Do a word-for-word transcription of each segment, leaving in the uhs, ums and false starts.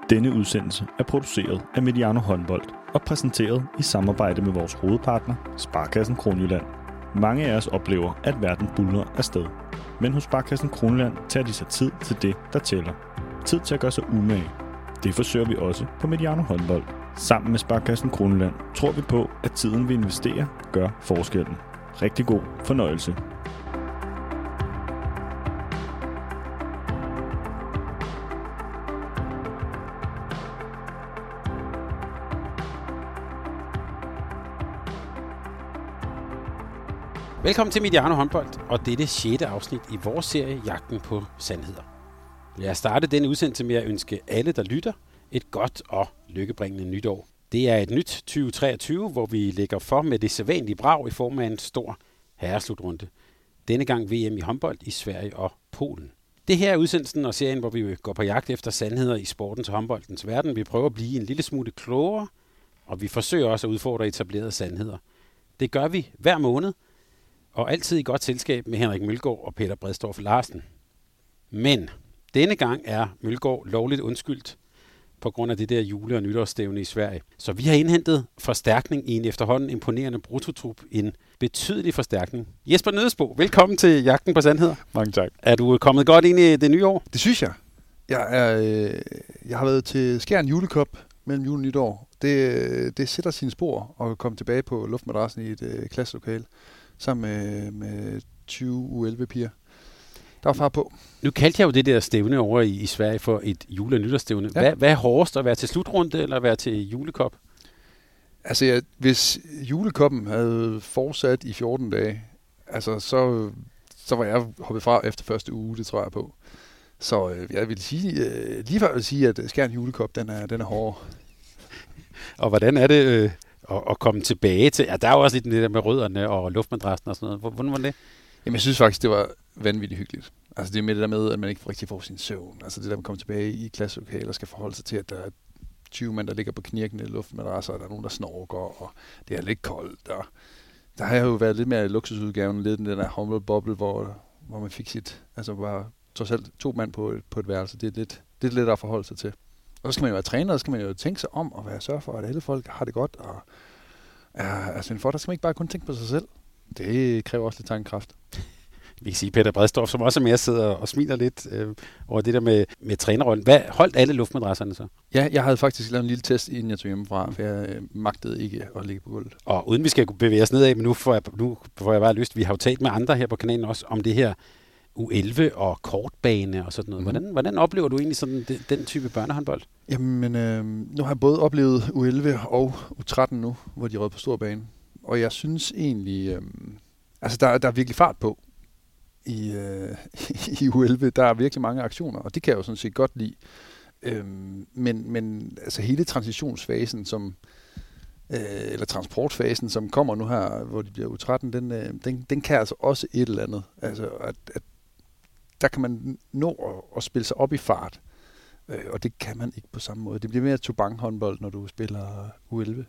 Denne udsendelse er produceret af Mediano Håndbold og præsenteret i samarbejde med vores hovedpartner, Sparekassen Kronjylland. Mange af os oplever, at verden buldrer afsted. Men hos Sparekassen Kronjylland tager de sig tid til det, der tæller. Tid til at gøre sig umage. Det forsøger vi også på Mediano Håndbold. Sammen med Sparekassen Kronjylland tror vi på, at tiden vi investerer gør forskellen. Rigtig god fornøjelse. Velkommen til Mediano Håndbold, og dette sjette afsnit i vores serie Jagten på Sandheder. Jeg har startet denne udsendelse med at ønske alle, der lytter, et godt og lykkebringende nytår. Det er et nyt tyve treogtyve, hvor vi lægger for med det sædvanlige brag i form af en stor herreslutrunde. Denne gang V M i håndbold i Sverige og Polen. Det her er udsendelsen og serien, hvor vi går på jagt efter sandheder i sportens og håndboldens verden. Vi prøver at blive en lille smule klogere, og vi forsøger også at udfordre etablerede sandheder. Det gør vi hver måned, og altid i godt selskab med Henrik Mølgaard og Peter Bredstorff Larsen. Men denne gang er Mølgaard lovligt undskyldt på grund af det der jule- og nytårsstævne i Sverige. Så vi har indhentet forstærkning i en efterhånden imponerende brutotrup, en betydelig forstærkning. Jesper Nødesbo, velkommen til Jagten på Sandheder. Mange tak. Er du kommet godt ind i det nye år? Det synes jeg. Jeg, er, øh, jeg har været til Skjern julekop mellem jul og nytår. Det, det sætter sine spor at komme tilbage på luftmadrassen i et øh, klasselokale sammen med, med tyve U elleve piger. Der var far på. Nu kaldte jeg jo det der stævne over i, i Sverige for et jule- og nytårsstævne. Ja. Hvad, hvad er hårdest, at være til slutrunde eller at være til julekop? Altså, ja, hvis julekoppen havde fortsat i fjorten dage, altså, så, så var jeg hoppet fra efter første uge, det tror jeg på. Så øh, jeg vil sige, øh, lige før jeg vil sige, at Skjern julekop, den er, den er hård. Og hvordan er det øh, at, at komme tilbage til? Ja, der er jo også lidt det der med rødderne og luftmadrassen og sådan noget. Hvordan var det? Jamen, jeg synes faktisk, det var vanvittigt hyggeligt. Altså, det er med det der med, at man ikke rigtig får sin søvn. Altså, det der, man kommer tilbage i klasselokaler og skal forholde sig til, at der er tyve mænd, der ligger på knirkende luftmadrasser, og der er nogen, der snorker, og det er lidt koldt. Og der har jo været lidt mere luksusudgaven, lidt den der humble bubble, hvor, hvor man fik sit, altså bare trods alt to mand på et, på et værelse. Det er lidt, det er lidt at forholde sig til. Og så skal man jo være træner, og så skal man jo tænke sig om og være sørge for, at alle folk har det godt. Og er, altså, for der skal man ikke bare kun tænke på sig selv. Det kræver også lidt tankekraft. Vi kan sige Peter Bredstorff, som også er med at sidde og smiler lidt øh, over det der med, med trænerrollen. Hvad holdt alle luftmadrasserne så? Ja, jeg havde faktisk lavet en lille test, inden jeg tog hjemmefra, for jeg øh, magtede ikke at ligge på gulvet. Og uden vi skal bevæge os nedad, men nu får jeg, nu får jeg bare lyst. Vi har jo talt med andre her på kanalen også om det her U elleve og kortbane og sådan noget. Mm. Hvordan, hvordan oplever du egentlig sådan den, den type børnehåndbold? Jamen, øh, nu har jeg både oplevet U elleve og U tretten nu, hvor de er røget på stor bane. Og jeg synes egentlig, øh, altså der, der er virkelig fart på. I, øh, i U elleve, der er virkelig mange aktioner, og det kan jeg jo sådan set godt lide. Øhm, men, men altså hele transitionsfasen, som, øh, eller transportfasen, som kommer nu her, hvor de bliver U tretten, den, øh, den, den kan altså også et eller andet. Altså, at, at der kan man nå at, at spille sig op i fart, øh, og det kan man ikke på samme måde. Det bliver mere tobanghåndbold, når du spiller U elleve.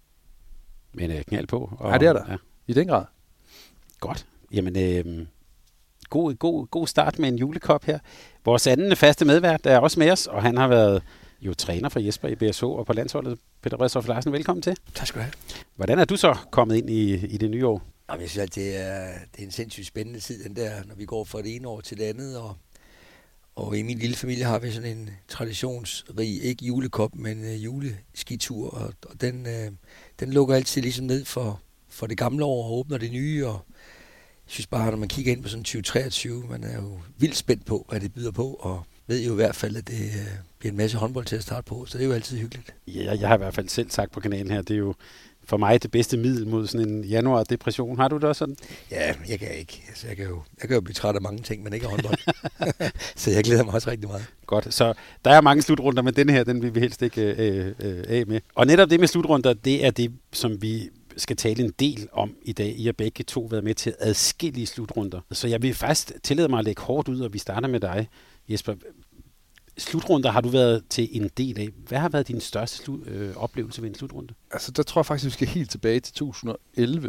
Men øh, knald på. Og, ja, det er der. Ja. I den grad. Godt. Jamen, øh, God, god, god start med en julekop her. Vores anden faste medvært er også med os, og han har været jo træner for Jesper i B S H og på landsholdet. Peter Bredstorff Larsen, velkommen til. Tak skal du have. Hvordan er du så kommet ind i, i det nye år? Jamen, jeg synes, at det er, det er en sindssygt spændende tid, den der, når vi går fra det ene år til det andet. Og, og i min lille familie har vi sådan en traditionsrig, ikke julekop, men uh, juleskitur. Og, og den, uh, den lukker altid ligesom ned for, for det gamle år og åbner det nye. Og jeg synes bare, når man kigger ind på sådan tyve treogtyve, man er jo vildt spændt på, hvad det byder på, og ved jo i hvert fald, at det øh, bliver en masse håndbold til at starte på, så det er jo altid hyggeligt. Ja, jeg har i hvert fald selv sagt på kanalen her, det er jo for mig det bedste middel mod sådan en januar-depression. Har du det også sådan? Ja, jeg kan ikke. Altså, jeg, kan jo, jeg kan jo blive træt af mange ting, men ikke af håndbold. Så jeg glæder mig også rigtig meget. Godt, så der er mange slutrunder, men den her, den vil vi helst ikke øh, øh, af med. Og netop det med slutrunder, det er det, som vi skal tale en del om i dag. I har begge to været med til adskillige slutrunder. Så jeg vil faktisk tillade mig at lægge hårdt ud, og vi starter med dig, Jesper. Slutrunder har du været til en del af. Hvad har været din største slu- øh, oplevelse ved en slutrunde? Altså, der tror jeg faktisk, vi skal helt tilbage til to tusind og elleve.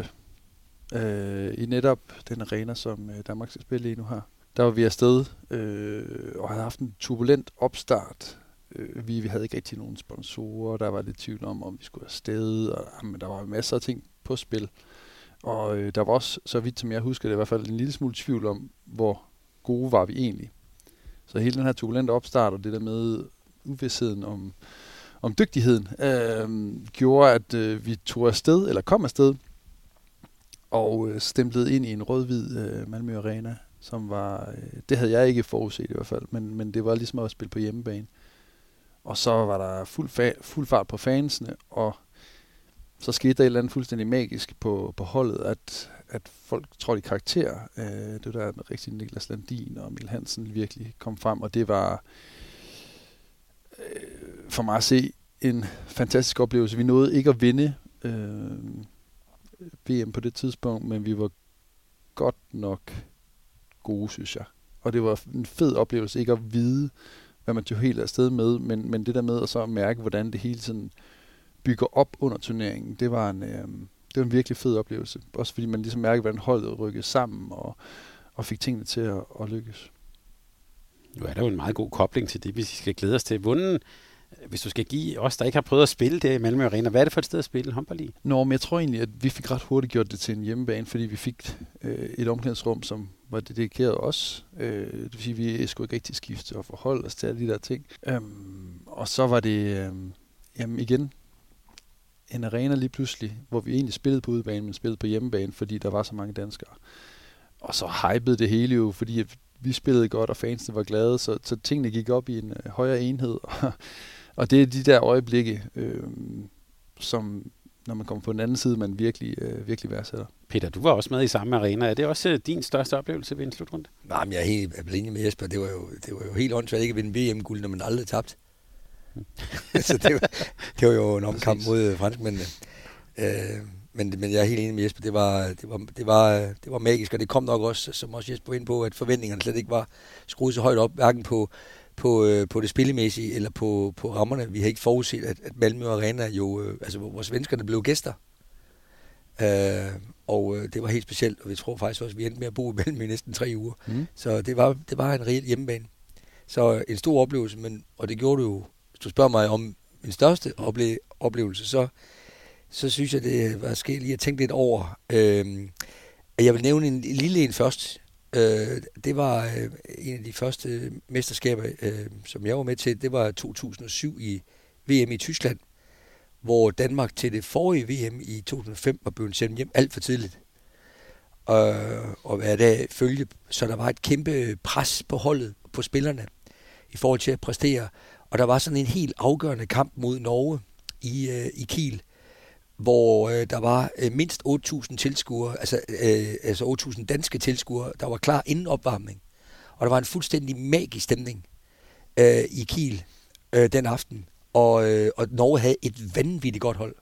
Øh, I netop den arena, som øh, Danmark skal spille i nu her. Der var vi afsted øh, og havde haft en turbulent opstart øh, vi, vi havde ikke rigtig nogen sponsorer, der var lidt tvivl om, om vi skulle afsted, og jamen, der var masser af ting på spil. Og øh, der var også, så vidt som jeg husker det, i hvert fald en lille smule tvivl om, hvor gode var vi egentlig. Så hele den her turbulente opstart, og det der med uvidsheden om, om dygtigheden, øh, gjorde, at øh, vi tog afsted, eller kom afsted, og øh, stemplede ind i en rød-hvid øh, Malmø Arena, som var, øh, det havde jeg ikke forudset i hvert fald, men, men det var ligesom at spille på hjemmebane. Og så var der fuld, fa- fuld fart på fansene, og så skete der et eller andet fuldstændig magisk på, på holdet, at, at folk trådte i karakter. Øh, det var der med rigtig Niklas Landin og Emil Hansen virkelig kom frem, og det var øh, for mig at se en fantastisk oplevelse. Vi nåede ikke at vinde øh, V M på det tidspunkt, men vi var godt nok gode, synes jeg. Og det var en fed oplevelse ikke at vide, hvad man tog helt afsted med, men, men det der med at så mærke, hvordan det hele tiden bygger op under turneringen, det var en, øh, det var en virkelig fed oplevelse. Også fordi man ligesom mærkede, hvordan holdet rykkede sammen og, og fik tingene til at, at lykkes. Nu er der jo en meget god kobling til det, vi skal glæde os til. Vunden, hvis du skal give os, der ikke har prøvet at spille det i Malmø Arena, hvad er det for et sted at spille håndbold i? Nå, men jeg tror egentlig, at vi fik ret hurtigt gjort det til en hjemmebane, fordi vi fik øh, et omklædningsrum, som var dedikeret os. Øh, det vil sige, at vi skulle ikke rigtig skifte og forholde os til alle de der ting. Øhm, og så var det øh, jamen igen en arena lige pludselig, hvor vi egentlig spillede på udebane, men spillede på hjemmebane, fordi der var så mange danskere. Og så hypede det hele jo, fordi vi spillede godt, og fansene var glade, så, så tingene gik op i en øh, højere enhed. Og det er de der øjeblikke, øh, som når man kommer på den anden side, man virkelig, øh, virkelig værdsætter. Peter, du var også med i samme arena. Er det også øh, din største oplevelse ved en slutrunde? Nej, men jeg er helt enig med Jesper. Det var jo, det var jo helt åndssvagt ikke at vinde V M-guld, når man aldrig tabt. Så det var, det var jo en omkamp mod franskmændene. Øh, men, men jeg er helt enig med Jesper. Det var, det, var, det, var, det var magisk, og det kom nok også, som også Jesper var inde på, at forventningerne slet ikke var skruet så højt op, hverken på På, øh, på det spillemæssige eller på, på rammerne. Vi har ikke forudset, at, at Malmø Arena jo, øh, altså hvor svenskerne blev gæster. Øh, og øh, det var helt specielt, og vi tror faktisk også, at vi endte med at bo i Malmø i næsten tre uger. Mm. Så det var, det var en reel hjemmebane. Så en stor oplevelse, men, og det gjorde du jo, hvis du spørger mig om min største ople- oplevelse, så, så synes jeg, det var sket lige at tænke lidt over. Øh, jeg vil nævne en, en lille en først. Øh, det var øh, en af de første mesterskaber, øh, som jeg var med til. Det var to tusind og syv i V M i Tyskland, hvor Danmark til det forrige V M i to tusind og fem var blevet sendt hjem alt for tidligt. Og, og hvad der følge, så der var et kæmpe pres på holdet, på spillerne, i forhold til at præstere. Og der var sådan en helt afgørende kamp mod Norge i, øh, i Kiel, hvor øh, der var øh, mindst otte tusind tilskuere, altså, øh, altså otte tusind danske tilskuere, der var klar inden opvarmning. Og der var en fuldstændig magisk stemning øh, i Kiel øh, den aften. Og, øh, og Norge havde et vanvittigt godt hold.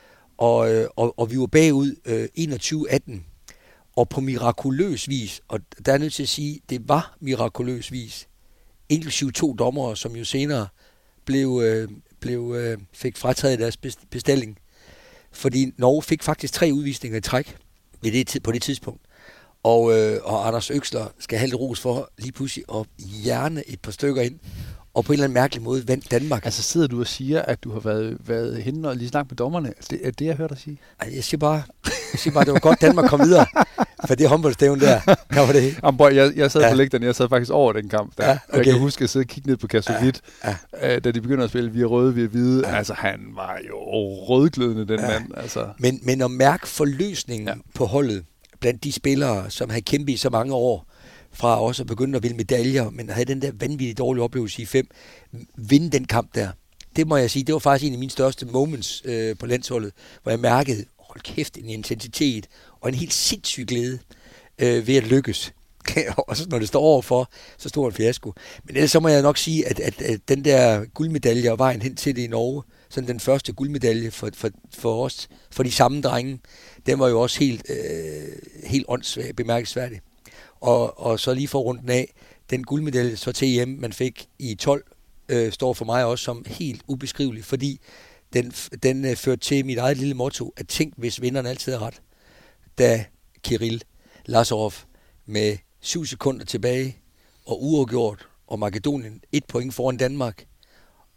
Og, øh, og, og vi var bagud øh, enogtyve atten. Og på mirakuløs vis, og der er nødt til at sige, det var mirakuløs vis, inklusive to dommere, som jo senere blev, øh, blev, øh, fik frataget deres bestilling. Fordi Norge fik faktisk tre udvisninger i træk ved det, på det tidspunkt. Og, øh, og Anders Øksler skal have lidt ros for lige pludselig at hjerne et par stykker ind. Og på en eller anden mærkelig måde vandt Danmark. Altså sidder du og siger, at du har været, været henne og lige snakket med dommerne? Er det, er det jeg hørte dig sige? Ej, jeg siger bare, jeg siger bare, det var godt, Danmark kom videre. For det håndboldstævn der, der var det. Jamen, boy, jeg, jeg sad ja. på lægterne, jeg sad faktisk over den kamp der. Ja, okay. Jeg kan huske at sidde og kigge ned på Kasovit, ja, ja. øh, da de begynder at spille via røde, via hvide. Ja. Altså, han var jo rødglødende, den ja. mand. Altså. Men, men at mærke forløsningen ja. på holdet, blandt de spillere, som havde kæmpet i så mange år, fra også at begynde at vinde medaljer, men havde den der vanvittigt dårlige oplevelse i fem, vinde den kamp der. Det må jeg sige, det var faktisk en af mine største moments øh, på landsholdet, hvor jeg mærkede, hold kæft, en intensitet og en helt sindssyg glæde øh, ved at lykkes. Og så når det står overfor, så stor en fiasko. Men ellers så må jeg nok sige, at, at, at den der guldmedalje og vejen hen til det i Norge, sådan den første guldmedalje for, for, for os, for de samme drenge, den var jo også helt, øh, helt åndssvagt, bemærkelsesværdig. Og, og så lige for runden af, den guldmedalje så til E M, man fik i tolv, øh, står for mig også som helt ubeskrivelig, fordi den, den øh, førte til mit eget lille motto, at tænk, hvis vinderen altid er ret. Da Kirill Lazarov med syv sekunder tilbage, og uafgjort, og Makedonien et point foran Danmark,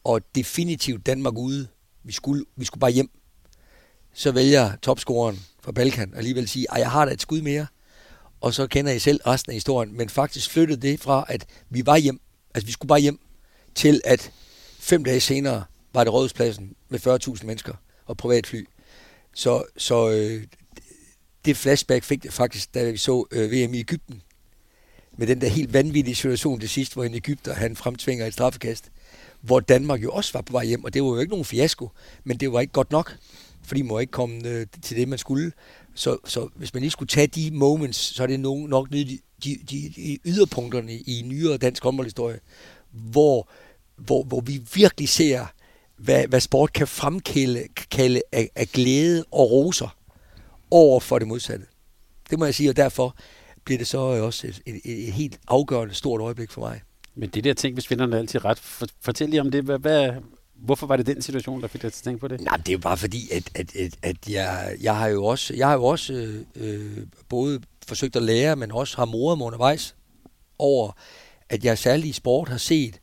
og definitivt Danmark ude. Vi skulle, vi skulle bare hjem. Så vælger topscoreren fra Balkan alligevel sige, at jeg har da et skud mere. Og så kender I selv resten af historien. Men faktisk flyttede det fra, at vi var hjem. Altså vi skulle bare hjem. Til at fem dage senere var det Rådhuspladsen med fyrre tusind mennesker og privatfly. Så, så øh, det flashback fik det faktisk, da vi så øh, V M i Egypten. Med den der helt vanvittige situation til sidst, hvor en egypter han fremtvinger et straffekast. Hvor Danmark jo også var på vej hjem, og det var jo ikke nogen fiasko, men det var ikke godt nok, fordi man må ikke komme øh, til det, man skulle. Så, så hvis man lige skulle tage de moments, så er det nogen, nok de, de, de, de yderpunkterne i nyere dansk håndboldhistorie, hvor, hvor, hvor vi virkelig ser, hvad, hvad sport kan fremkalde kalde af, af glæde og roser over for det modsatte. Det må jeg sige, og derfor bliver det så også et, et, et helt afgørende stort øjeblik for mig. Men det der ting, hvis vinderne er altid ret, fortæl lige om det. Hvad, hvad, hvorfor var det den situation, der fik dig til at tænke på det? Nej, det er jo bare fordi, at, at, at, at jeg, jeg har jo også, jeg har jo også øh, øh, både forsøgt at lære, men også har moret mig undervejs over, at jeg særligt i sport har set,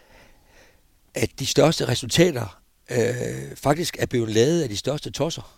at de største resultater øh, faktisk er blevet lavet af de største tosser.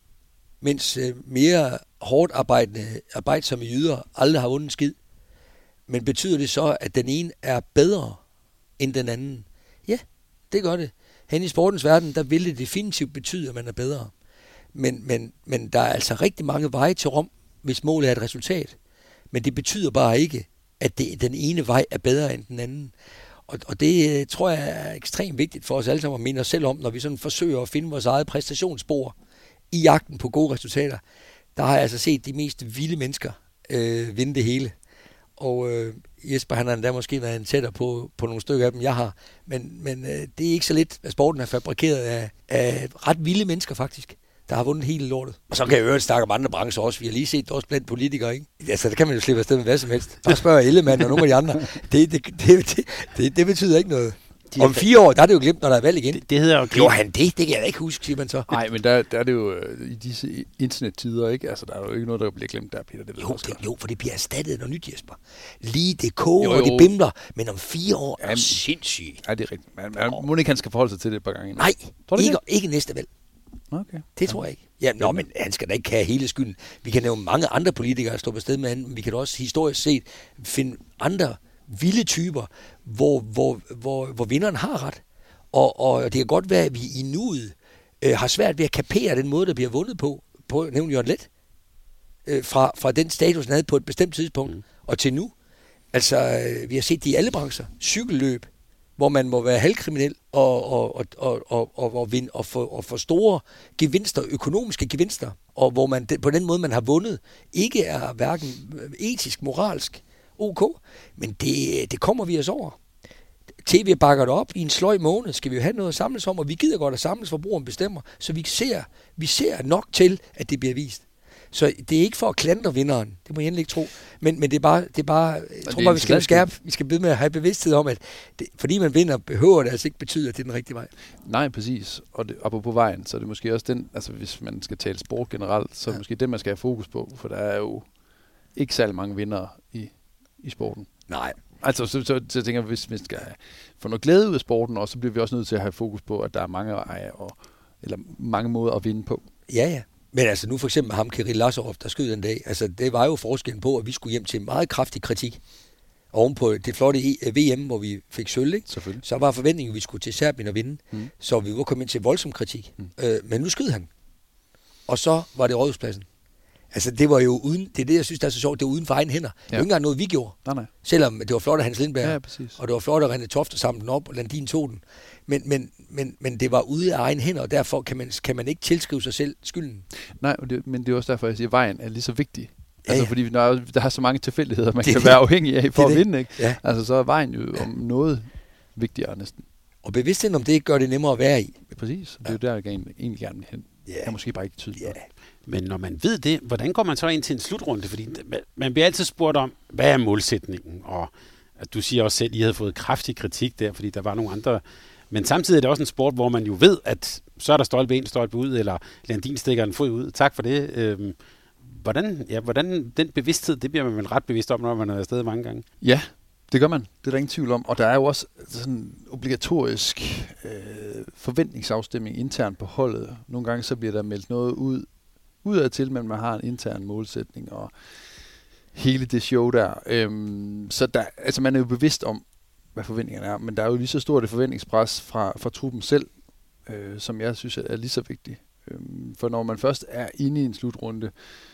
Mens øh, mere hårdt arbejdende, arbejdsomme jyder aldrig har vundet en skid. Men betyder det så, at den ene er bedre end den anden? Ja, det gør det. Hen i sportens verden, der vil det definitivt betyde, at man er bedre. Men, men, men der er altså rigtig mange veje til Rom, hvis målet er et resultat. Men det betyder bare ikke, at det, den ene vej er bedre end den anden. Og, og det tror jeg er ekstremt vigtigt for os alle sammen at minde os selv om, når vi sådan forsøger at finde vores eget præstationsspor i jagten på gode resultater. Der har jeg altså set de mest vilde mennesker øh, vinde det hele. Og øh, Jesper, han har endda måske været en tættere på, på nogle stykker af dem, jeg har. Men, men øh, det er ikke så lidt, at sporten er fabrikeret af, af ret vilde mennesker faktisk, der har vundet hele lortet. Og så kan jeg jo snakke om andre brancher også. Vi har lige set det også blandt politikere, ikke? Altså, der kan man jo slippe afsted med hvad som helst. Så spørger Ellemann og nogle af de andre. Det, det, det, det, det, det betyder ikke noget. De om fire år, der er det jo glemt, når der er valg igen. Det, det hedder jo Jo, han det, det kan jeg da ikke huske, siger man så. Nej, men der, der er det jo øh, i disse internettider, ikke? Altså, der er jo ikke noget, der bliver glemt der, Peter. Det jo, det, jo, for det bliver erstattet af noget nyt, Jesper. Lige det koger, og det bimler, men om fire år er sindssygt. Ja, det er rigtigt. Man, man, må ikke, han skal forholde sig til det et par gange. Nej, ikke, ikke næste valg. Okay. Det tror jeg ikke. Ja, nå, men han skal da ikke have hele skylden. Vi kan nævne mange andre politikere, der står på sted med han, men vi kan da også historisk set finde andre vilde typer, hvor, hvor, hvor, hvor vinderen har ret. Og, og det kan godt være, at vi i nuet øh, har svært ved at kapere den måde, der bliver vundet på, på nævnt Jørgen Leth, øh, fra, fra den status, han havde på et bestemt tidspunkt, mm. og til nu. Altså, øh, vi har set det i alle brancher. Cykelløb, hvor man må være halvkriminel og, og, og, og, og, og, og, vinde, og, få, og få store gevinster, økonomiske gevinster, og hvor man på den måde, man har vundet, ikke er hverken etisk, moralsk, ok, men det, det kommer vi os over. T V bakker det op i en sløj måned, skal vi jo have noget at samles om, og vi gider godt at samles, hvor brugeren bestemmer, så vi ser, vi ser nok til, at det bliver vist. Så det er ikke for at klandre vinderen, det må jeg endelig ikke tro, men, men det er bare, det er bare jeg tror bare, vi skal skærpe, vi skal blive med at have bevidsthed om, at det, fordi man vinder, behøver det altså ikke betyde, at det er den rigtige vej. Nej, præcis. Og, det, og på vejen, så er det måske også den, altså hvis man skal tale sport generelt, så er det ja. måske det, man skal have fokus på, for der er jo ikke særlig mange vindere i, i sporten. Nej. Altså, så, så, så tænker jeg, hvis vi skal få noget glæde ud af sporten, og så bliver vi også nødt til at have fokus på, at der er mange veje, og, eller mange måder at vinde på. Ja, ja. Men altså nu for eksempel ham, Kirill Lazarov, der skød den dag, altså det var jo forskellen på, at vi skulle hjem til meget kraftig kritik. Ovenpå det flotte V M, hvor vi fik sølv, ikke? Så var forventningen, at vi skulle til Serbien og vinde. Mm. Så vi var kommet ind til voldsom kritik. Mm. Øh, men nu skød han. Og så var det Rådhuspladsen. Altså det var jo uden, det er det, jeg synes, der er så sjovt, det var uden for egen hænder. Ja. Det var ikke engang noget, vi gjorde. Nej, nej. Selvom det var flot, at Hans Lindberg, ja, og det var flot, at René Tofte samlede den op, og Landin tog den. Men, men, men, men det var ude af egen hænder, og derfor kan man, kan man ikke tilskrive sig selv skylden. Nej, det, men det er også derfor, jeg siger, at vejen er lige så vigtig. Ja, altså ja. fordi der er, der er så mange tilfældigheder, man det, kan være afhængig af for det, at vinde. Ikke? Ja. Altså så er vejen jo om noget vigtigere næsten. Og bevidstheden om det ikke gør det nemmere at være i. Ja, præcis. Det er jo der, jeg egentlig gerne hen. Ja. Jeg er måske bare ikke tydeligt. Ja. Men når man ved det, hvordan går man så ind til en slutrunde? Fordi man bliver altid spurgt om, hvad er målsætningen? Og at du siger også selv, at I havde fået kraftig kritik der, fordi der var nogle andre. Men samtidig er det også en sport, hvor man jo ved, at så er der stolpe ind, stolpe ud, eller Landin stikker en fod ud. Tak for det. Øhm, hvordan, ja, hvordan den bevidsthed, det bliver man vel ret bevidst om, når man er afsted mange gange? Ja, Det gør man, det er der ingen tvivl om. Og der er jo også sådan en obligatorisk øh, forventningsafstemning internt på holdet. Nogle gange så bliver der meldt noget ud, udadtil, men man har en intern målsætning og hele det show der. Øhm, så der, altså man er jo bevidst om, hvad forventningerne er, men der er jo lige så stort et forventningspres fra, fra truppen selv, øh, som jeg synes er lige så vigtigt. Øhm, for når man først er inde i en slutrunde,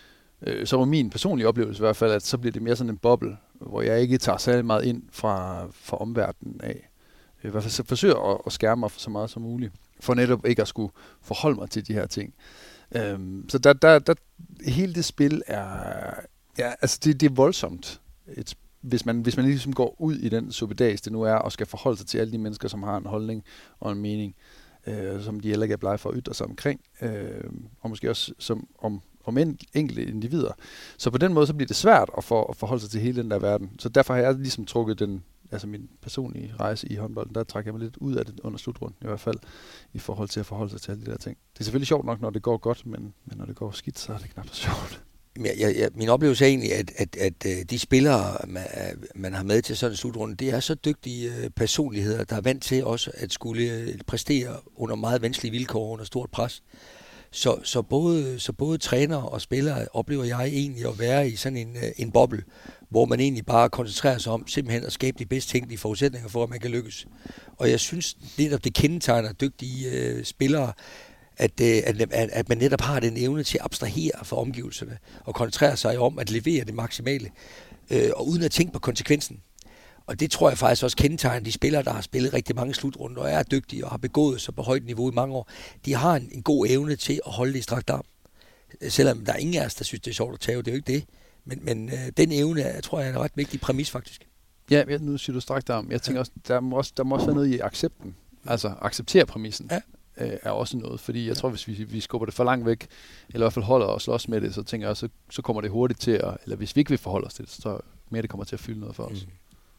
øh, så var min personlige oplevelse i hvert fald, at så bliver det mere sådan en boble, hvor jeg ikke tager særlig meget ind fra, fra omverdenen af. I hvert fald så forsøger at, at skærme mig så meget som muligt, for netop ikke at skulle forholde mig til de her ting. Øhm, så der, der, der, hele det spil er, ja, altså det, det er voldsomt, et, hvis man, hvis man ligesom går ud i den suppedags, det nu er, og skal forholde sig til alle de mennesker, som har en holdning og en mening, øh, som de heller ikke er blege for at ytre sig omkring, øh, og måske også som, om, om en, enkelte individer. Så på den måde, så bliver det svært at, for, at forholde sig til hele den der verden. Så derfor har jeg ligesom trukket den, altså min personlige rejse i håndbolden, der trækker jeg mig lidt ud af det under slutrunden, i hvert fald, i forhold til at forholde sig til alle de der ting. Det er selvfølgelig sjovt nok, når det går godt, men, men når det går skidt, så er det knap så sjovt. Jeg, jeg, min oplevelse er egentlig, at, at, at de spillere, man, man har med til sådan en slutrunde, det er så dygtige personligheder, der er vant til også at skulle præstere under meget vanskelige vilkår, under stort pres. Så, så, både, så både træner og spillere oplever jeg egentlig at være i sådan en, en boble, hvor man egentlig bare koncentrerer sig om simpelthen at skabe de bedst tænkelige forudsætninger for, at man kan lykkes. Og jeg synes netop, det kendetegner dygtige øh, spillere, at, øh, at, at man netop har den evne til at abstrahere fra omgivelserne og koncentrere sig om at levere det maksimale, øh, og uden at tænke på konsekvensen. Og det tror jeg faktisk også kendetegner de spillere, der har spillet rigtig mange slutrunder og er dygtige og har begået sig på højt niveau i mange år. De har en, en god evne til at holde det i strakt arm. Selvom der er ingen af os, der synes, det er sjovt at tage, det er jo ikke det. Men, men øh, den evne, jeg tror jeg, er en ret vigtig præmis faktisk. Ja, nu siger du strakt arm. Jeg tænker også, der må også, der må også være noget i accepten. Altså acceptere præmissen. Ja. Er også noget, fordi jeg tror, hvis vi, vi skubber det for langt væk, eller i hvert fald holder og slås med det, så tænker jeg, så, så kommer det hurtigt til at, eller hvis vi ikke vil forholde os til det, så mere det kommer til at fylde noget for os. Mm.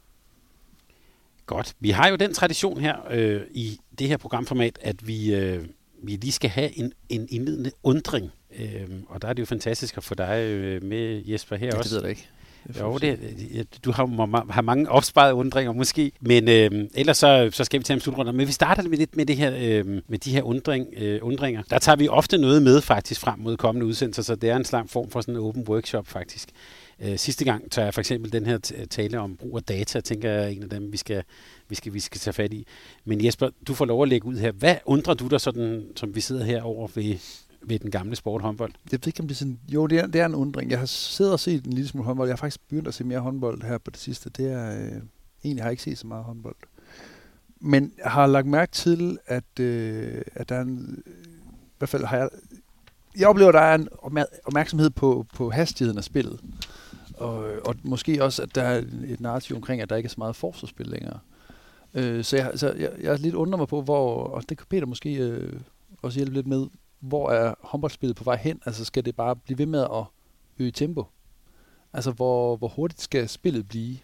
Godt. Vi har jo den tradition her øh, i det her programformat, at vi, øh, vi lige skal have en, en indledende undring. Øh, og der er det jo fantastisk at få dig øh, med, Jesper, her ja, også. Det ved jeg ikke. Jo, det, du har, må, har mange opsparede undringer måske, men øh, ellers så, så skal vi tage en slutrunde. Men vi starter med lidt med, det her, øh, med de her undring, øh, undringer. Der tager vi ofte noget med faktisk frem mod kommende udsendelser, så det er en slags form for sådan en open workshop faktisk. Øh, sidste gang tager jeg for eksempel den her t- tale om brug af data, tænker jeg er en af dem, vi skal, vi, skal, vi skal tage fat i. Men Jesper, du får lov at lægge ud her. Hvad undrer du dig sådan, som vi sidder her over ved... ved den gamle sport håndbold? Jeg ved ikke, om det er sådan... Jo, det er, det er en undring. Jeg har siddet og set en lille smule håndbold. Jeg har faktisk begyndt at se mere håndbold her på det sidste. Det er... Øh, egentlig har jeg ikke set så meget håndbold. Men jeg har lagt mærke til, at, øh, at der er en... I hvert fald har jeg... Jeg oplever, at der er en opmærksomhed på, på hastigheden af spillet. Og, og måske også, at der er et narrativ omkring, at der ikke er så meget forsvarsspil længere. Øh, så jeg, så jeg, jeg lidt undrer mig på, hvor... Og det kan Peter måske øh, også hjælpe lidt med. Hvor er håndboldspillet på vej hen? Altså skal det bare blive ved med at øge tempo? Altså hvor, hvor hurtigt skal spillet blive?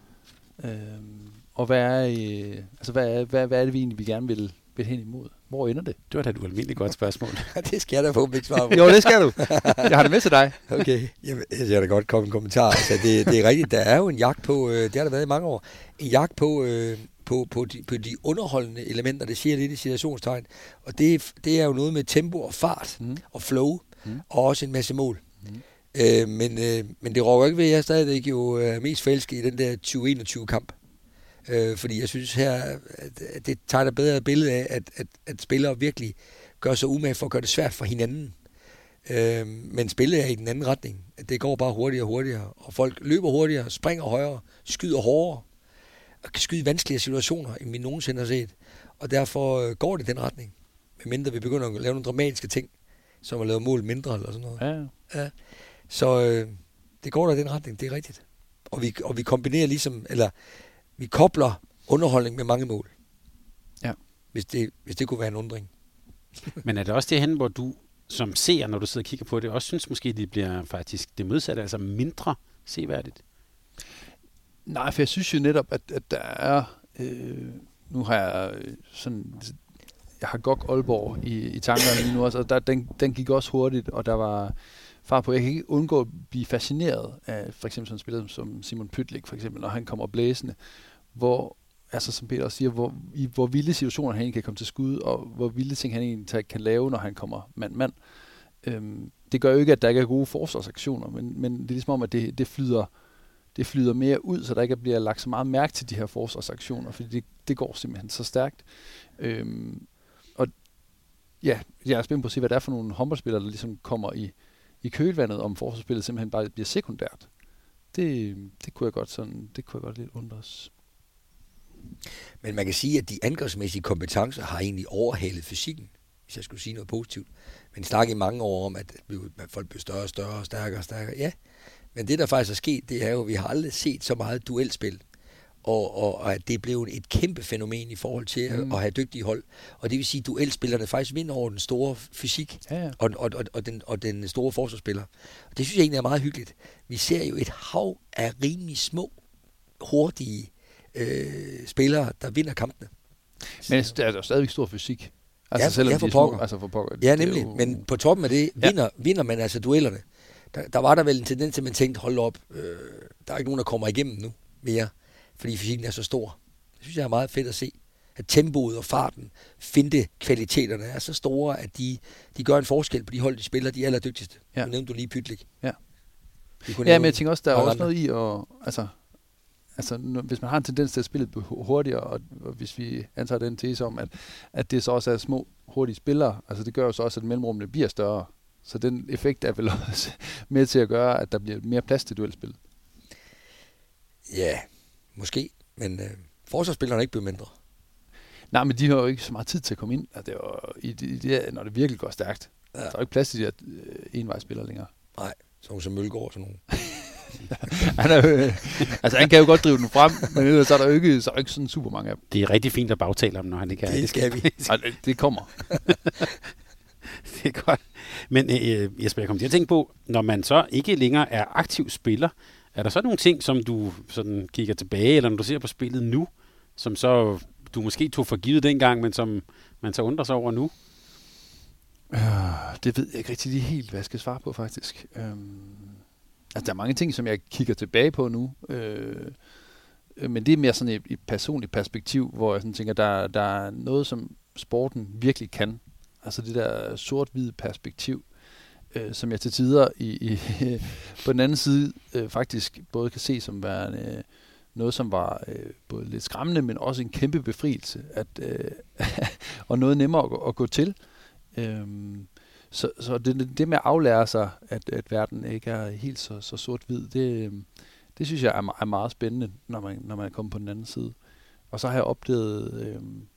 Øhm, og hvad er, øh, altså hvad, er, hvad, hvad er det vi egentlig vi gerne vil, vil hen imod? Hvor ender det? Det var da et ualmindeligt godt spørgsmål. Det skal jeg da få mit svar på. Jo, det skal du. Jeg har det med til dig. Okay. Jamen, jeg skal da godt komme en kommentar. Altså, det, det er rigtigt. Der er jo en jagt på, øh, det har der været i mange år, en jagt på... Øh, På, på, de, på de underholdende elementer, det siger lidt i situationstegn. Og det, det er jo noget med tempo og fart mm. og flow, mm. og også en masse mål. Mm. Øh, men, øh, men det råber ikke ved, at jeg stadigvæk jo er mest forelsket i den der tyve enogtyve-kamp. Øh, fordi jeg synes her, at det tager et bedre billede af, at, at, at spillere virkelig gør sig umage for at gøre det svært for hinanden. Øh, men spillet er i den anden retning. Det går bare hurtigere og hurtigere, og folk løber hurtigere, springer højere, skyder hårdere, og kan skyde i vanskelige situationer, end vi nogensinde har set. Og derfor øh, går det i den retning. Medmindre vi begynder at lave nogle dramatiske ting, som at lave mål mindre eller sådan noget. Ja. Ja. Så øh, det går der i den retning, det er rigtigt. Og vi, og vi kombinerer ligesom, eller vi kobler underholdning med mange mål. Ja. Hvis det, hvis det kunne være en undring. Men er det også det hen, hvor du som seer, når du sidder og kigger på det, også synes måske, det bliver faktisk det modsatte, altså mindre seværdigt? Nej, for jeg synes jo netop, at, at der er... Øh, nu har jeg sådan... Jeg har G O G Aalborg i, i tankerne lige nu også, og der, den, den gik også hurtigt, og der var fart på. Jeg kan ikke undgå at blive fascineret af for eksempel sådan en spiller som Simon Pytlik, for eksempel, når han kommer blæsende, hvor, altså som Peter også siger, hvor, i hvor vilde situationer han egentlig kan komme til skud, og hvor vilde ting han egentlig kan lave, når han kommer mand-mand. Øhm, det gør jo ikke, at der ikke er gode forsvarsaktioner, men, men det er ligesom om, at det, det flyder det flyder mere ud, så der ikke bliver lagt så meget mærke til de her forsvarsaktioner, fordi det, det går simpelthen så stærkt. Øhm, og ja, jeg er spændt på at se, hvad det er for nogle håndboldspillere, der ligesom kommer i, i kølvandet, om forsvarsspillet simpelthen bare bliver sekundært. Det, det kunne jeg godt sådan, det kunne jeg godt lidt undres. Men man kan sige, at de angrebsmæssige kompetencer har egentlig overhalet fysikken, hvis jeg skulle sige noget positivt. Men snak i mange år om, at folk bliver større og større og stærkere og stærkere. Ja, men det der faktisk er sket, det er jo, at vi har aldrig set så meget duelspil. Og, og, og at det blev et kæmpe fænomen i forhold til mm. at have dygtige hold. Og det vil sige, at duelspillerne faktisk vinder over den store fysik ja, ja. Og, og, og, og, den, og den store forsvarsspiller. Og det synes jeg egentlig er meget hyggeligt. Vi ser jo et hav af rimelig små, hurtige øh, spillere, der vinder kampene. Men der er jo stadigvæk stor fysik. Altså ja, selvom ja, for de er små, pokker. altså for pokker. Ja, nemlig. Jo... Men på toppen af det vinder, ja. vinder man altså duellerne. Der, der var der vel en tendens til, at man tænkte, hold op, øh, der er ikke nogen, der kommer igennem nu mere, fordi fysikken er så stor. Det synes jeg er meget fedt at se. At tempoet og farten, finte kvaliteterne er så store, at de, de gør en forskel på de hold, de spiller, de allerdygtigste. Ja. Nu nævnte du lige Pytlik. Ja, ja men jeg tænker også, der er også andre. noget i, at, altså, altså, hvis man har en tendens til at spille hurtigere, og, og hvis vi antager den tese om, at, at det så også er små, hurtige spillere, altså det gør jo så også, at mellemrummene bliver større. Så den effekt er vel også med til at gøre, at der bliver mere plads til duelspil. Ja, måske. Men øh, forsvarsspillerne er ikke blevet mindre. Nej, men de har jo ikke så meget tid til at komme ind. Altså, det er jo, i det, i det, når det virkelig går stærkt. Ja. Der er jo ikke plads til de her øh, envejsspillere længere. Nej, sådan som Mølgaard og sådan nogle. han, er, øh, altså, han kan jo godt drive den frem, men ellers er der jo ikke, så er der ikke sådan super mange af dem. Det er rigtig fint at bagtale om, når han ikke er. Det, det skal vi. Ej, det, det kommer. Det er godt. Men øh, Jesper, jeg kommer til at tænke på, når man så ikke længere er aktiv spiller, er der så nogle ting, som du sådan kigger tilbage, eller når du ser på spillet nu, som så du måske tog for givet dengang, men som man så undrer sig over nu? Øh, det ved jeg ikke rigtig lige helt, hvad jeg skal svare på, faktisk. Øhm, altså, der er mange ting, som jeg kigger tilbage på nu, øh, men det er mere sådan et, et personligt perspektiv, hvor jeg sådan tænker, der, der er noget, som sporten virkelig kan. Altså det der sort-hvide perspektiv, øh, som jeg til tider i, i, på den anden side øh, faktisk både kan se som værende øh, noget, som var øh, både lidt skræmmende, men også en kæmpe befrielse, at, øh, og noget nemmere at, at gå til. Øhm, så så det, det med at aflære sig, at, at verden ikke er helt så, så sort-hvid, det, det synes jeg er, er meget spændende, når man, når man er kommet på den anden side. Og så har jeg oplevet... Øh,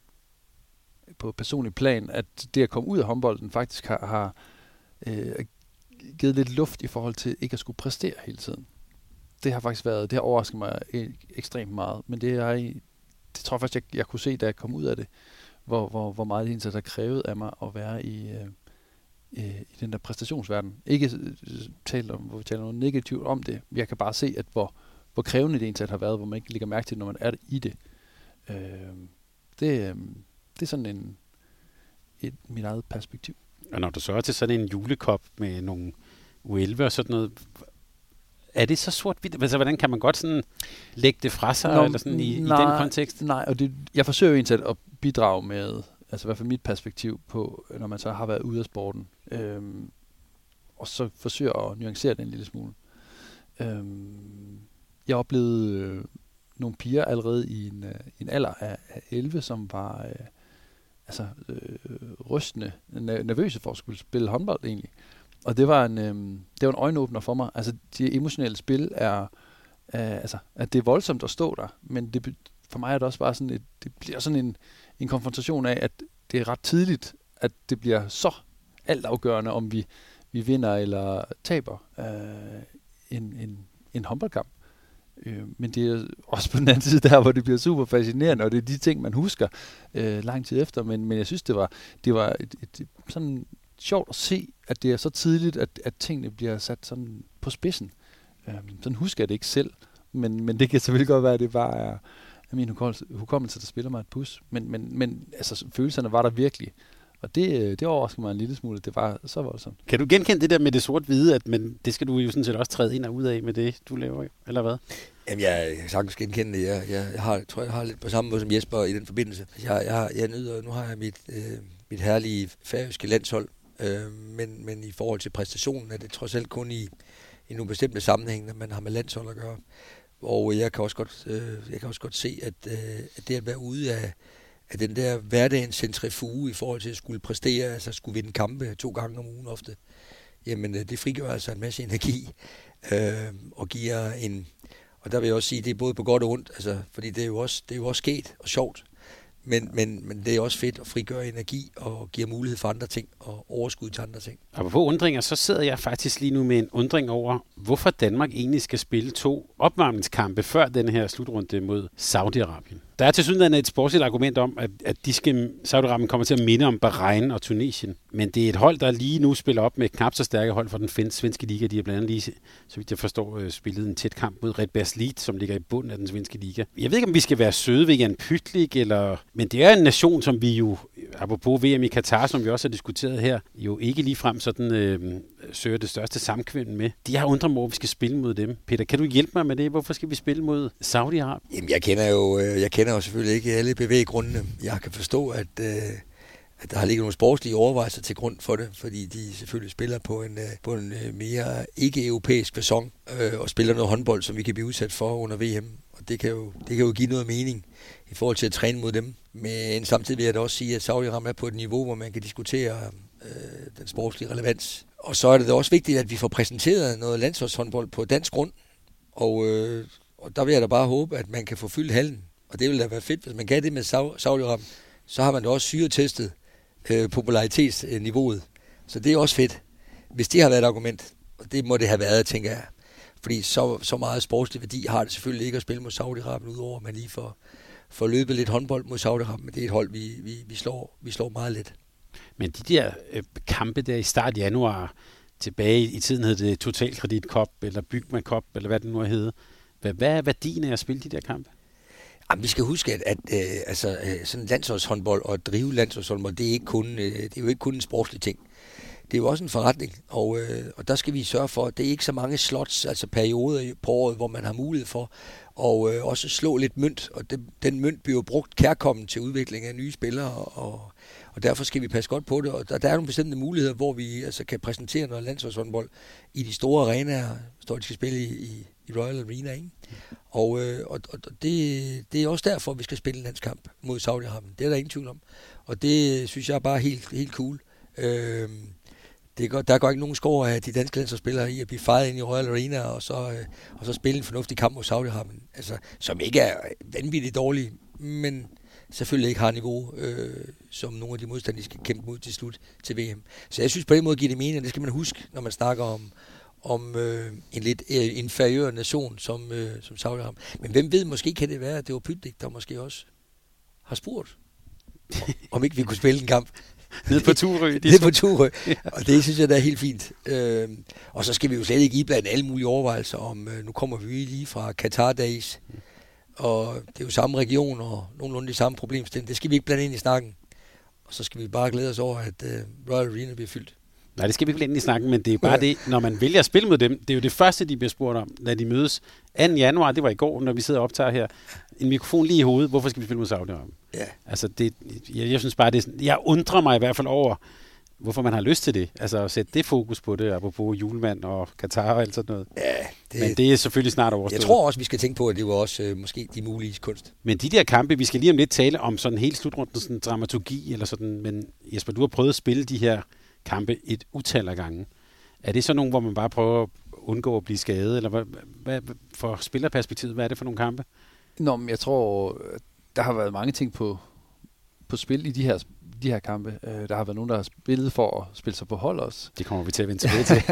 på personlig plan, at det at komme ud af håndbolden faktisk har, har øh, givet lidt luft i forhold til ikke at skulle præstere hele tiden. Det har faktisk været, det har overrasket mig ekstremt meget, men det er, det tror jeg faktisk, jeg, jeg kunne se, da jeg kom ud af det, hvor, hvor, hvor meget det egentlig har krævet af mig at være i, øh, i den der præstationsverden. Ikke tale om, hvor vi taler noget negativt om det. Jeg kan bare se, at hvor, hvor krævende det egentlig har været, hvor man ikke lægger mærke til, når man er i det. Øh, det Det er sådan en, et, mit eget perspektiv. Og når du så er til sådan en julekop med nogle U elleve og sådan noget, er det så sort-hvidt? Altså, hvordan kan man godt sådan lægge det fra sig, Nå, eller sådan i, nej, i den kontekst? Nej, og det, jeg forsøger jo egentlig at bidrage med, altså i hvert fald mit perspektiv på, når man så har været ude af sporten, øhm, og så forsøger at nuancere den en lille smule. Øhm, jeg oplevede øh, nogle piger allerede i en, øh, en alder af, af elleve, som var øh, altså øh, rystende, nervøse for at skulle spille håndbold egentlig. Og det var en, øh, det var en øjenåbner for mig. Altså, de emotionelle spil er, øh, altså, at det er voldsomt at stå der, men det, for mig er det også bare sådan, et, det bliver sådan en, en konfrontation af, at det er ret tidligt, at det bliver så altafgørende, om vi, vi vinder eller taber øh, en, en, en håndboldkamp. Øh, men det er også på den anden side der, hvor det bliver super fascinerende, og det er de ting, man husker øh, lang tid efter. Men, men jeg synes, det var, det var et, et, et, sådan sjovt at se, at det er så tidligt, at, at tingene bliver sat sådan på spidsen. Øh, sådan husker jeg det ikke selv, men, men det kan selvfølgelig godt være, at det bare er, er min hukommelse, der spiller mig et pus. Men, men, men altså, følelserne var der virkelig. Og det, det overrasker mig en lille smule, det var så voldsomt. Kan du genkende det der med det sort-hvide, at men det skal du jo sådan set også træde ind og ud af med det, du laver, eller hvad? Jamen, jeg kan sagtens genkende det. Jeg, jeg, jeg har, tror, jeg har lidt på samme måde som Jesper i den forbindelse. Jeg, jeg, jeg nyder, nu har jeg mit, øh, mit herlige færøske landshold, øh, men, men i forhold til præstationen er det trods alt kun i, i nogle bestemte sammenhænge, når man har med landshold at gøre. Og jeg kan også godt, øh, jeg kan også godt se, at, øh, at det at være ude af, af den der hverdagens centrifuge i forhold til at skulle præstere, altså skulle vinde kampe to gange om ugen ofte, jamen det frigør altså en masse energi øh, og giver en... Og der vil jeg også sige, at det er både på godt og ondt, altså, fordi det er jo også, det er jo også sket og sjovt, men, men, men det er også fedt at frigøre energi og giver mulighed for andre ting og overskud til andre ting. Og på undringer, så sidder jeg faktisk lige nu med en undring over, hvorfor Danmark egentlig skal spille to opvarmningskampe før den her slutrunde mod Saudi-Arabien. Der er tilsyneladende et sportsligt argument om, at, at de skal, Saudi-Arabien kommer til at minde om Bahrain og Tunesien. Men det er et hold, der lige nu spiller op med knap så stærke hold for den svenske liga. De har blandt andet lige, så vidt jeg forstår, spillet en tæt kamp mod Red Bears Lead, som ligger i bunden af den svenske liga. Jeg ved ikke, om vi skal være søde ved Jan Pytlik, eller... men det er en nation, som vi jo, apropos V M i Katar, som vi også har diskuteret her, jo ikke ligefrem sådan øh, søger det største samkvem med. De har undret mig, hvor vi skal spille mod dem. Peter, kan du hjælpe mig med det? Hvorfor skal vi spille mod Saudi-Arabien? Jamen, jeg kender jo... Jeg kender jo selvfølgelig ikke alle bevæggrundene. Jeg kan forstå, at, øh, at der har ligget nogle sportslige overvejelser til grund for det, fordi de selvfølgelig spiller på en, øh, på en øh, mere ikke-europæisk facon øh, og spiller noget håndbold, som vi kan blive udsat for under V M. Og det kan jo, det kan jo give noget mening i forhold til at træne mod dem. Men samtidig vil jeg da også sige, at Saudi-Arabien er på et niveau, hvor man kan diskutere øh, den sportslige relevans. Og så er det da også vigtigt, at vi får præsenteret noget landsholdshåndbold på dansk grund. Og, øh, og der vil jeg da bare håbe, at man kan få fyldt hallen. Og det ville da være fedt, hvis man kan det med Saudi-Arabien, så har man da også syretestet øh, popularitetsniveauet. Så det er også fedt, hvis det har været et argument. Og det må det have været, tænker jeg. Fordi så, så meget sportslig værdi har det selvfølgelig ikke at spille mod Saudi-Arabien, udover at man lige får, får løbet lidt håndbold mod Saudi-Arabien. Men det er et hold, vi, vi, vi, slår, vi slår meget let. Men de der øh, kampe der i start januar, tilbage i tiden hed det Totalkredit Cup, eller Bygma Cup, eller hvad det nu hedder. Hvad, hvad er værdien af at spille de der kampe? Jamen, vi skal huske, at, at øh, altså, øh, sådan landsholdshåndbold og at drive landsholdshåndbold, det er, ikke kun, øh, det er jo ikke kun en sportslig ting. Det er jo også en forretning, og, øh, og der skal vi sørge for, at det er ikke så mange slots, altså perioder på året, hvor man har mulighed for at øh, også slå lidt mønt, og det, den mønt bliver jo brugt kærkommen til udvikling af nye spillere, og, og derfor skal vi passe godt på det, og der, der er nogle bestemte muligheder, hvor vi altså, kan præsentere noget landsholdshåndbold i de store arenaer, hvor de skal spille i, i, i Royal Arena, ikke? Og, øh, og, og det, det er også derfor, vi skal spille en landskamp mod Saudi-Arabien. Det er der ingen tvivl om, og det synes jeg er bare helt, helt cool. Øh, Det går, der går ikke nogen skår af de danske landsholdsspillere i at blive fejret ind i Royal Arena og så, øh, og så spille en fornuftig kamp mod Saudi-Arabien. Altså, som ikke er vanvittigt dårlig, men selvfølgelig ikke har niveau, øh, som nogle af de modstandere skal kæmpe mod til slut til V M. Så jeg synes på den måde giver det mening, og det skal man huske, når man snakker om, om øh, en lidt øh, inferiør nation som, øh, som Saudi-Arabien. Men hvem ved, måske kan det være, at det var Pytlik, der måske også har spurgt, om ikke vi kunne spille en kamp. Nede på Turø. Nede på Turø. Og det synes jeg, der er helt fint. Øh, og så skal vi jo slet ikke iblandt alle mulige overvejelser om, øh, nu kommer vi lige fra Qatar Days, og det er jo samme region og nogenlunde de samme problemstillinger. Det skal vi ikke blande ind i snakken. Og så skal vi bare glæde os over, at øh, Royal Arena bliver fyldt. Nej, det skal vi ikke blande ind i snakken, men det er bare det, når man vælger at spille mod dem, det er jo det første, de bliver spurgt om, når de mødes anden januar, det var i går, når vi sidder og optager her, en mikrofon lige i hovedet, hvorfor skal vi spille mod Saudi-Arabien? Ja. Altså, det, jeg, jeg synes bare, det er, jeg undrer mig i hvert fald over, hvorfor man har lyst til det, altså at sætte det fokus på det, apropos julemand og Katar og alt sådan noget. Ja, det, men det er selvfølgelig snart overstået. Jeg tror også, vi skal tænke på, at det var også øh, måske de mulige kunst. Men de der kampe, vi skal lige om lidt tale om sådan helt slutrunden, sådan dramaturgi eller sådan, men Jesper, du har prøvet at spille de her kampe et utal af gange. Er det så nogen, hvor man bare prøver at undgå at blive skadet, eller hvad, hvad for spillerperspektivet, hvad er det for nogle kampe? Nå, men jeg tror, der har været mange ting på, på spil i de her, de her kampe. Uh, der har været nogen, der har spillet for at spille sig på hold også. Det kommer vi til at vende tilbage til.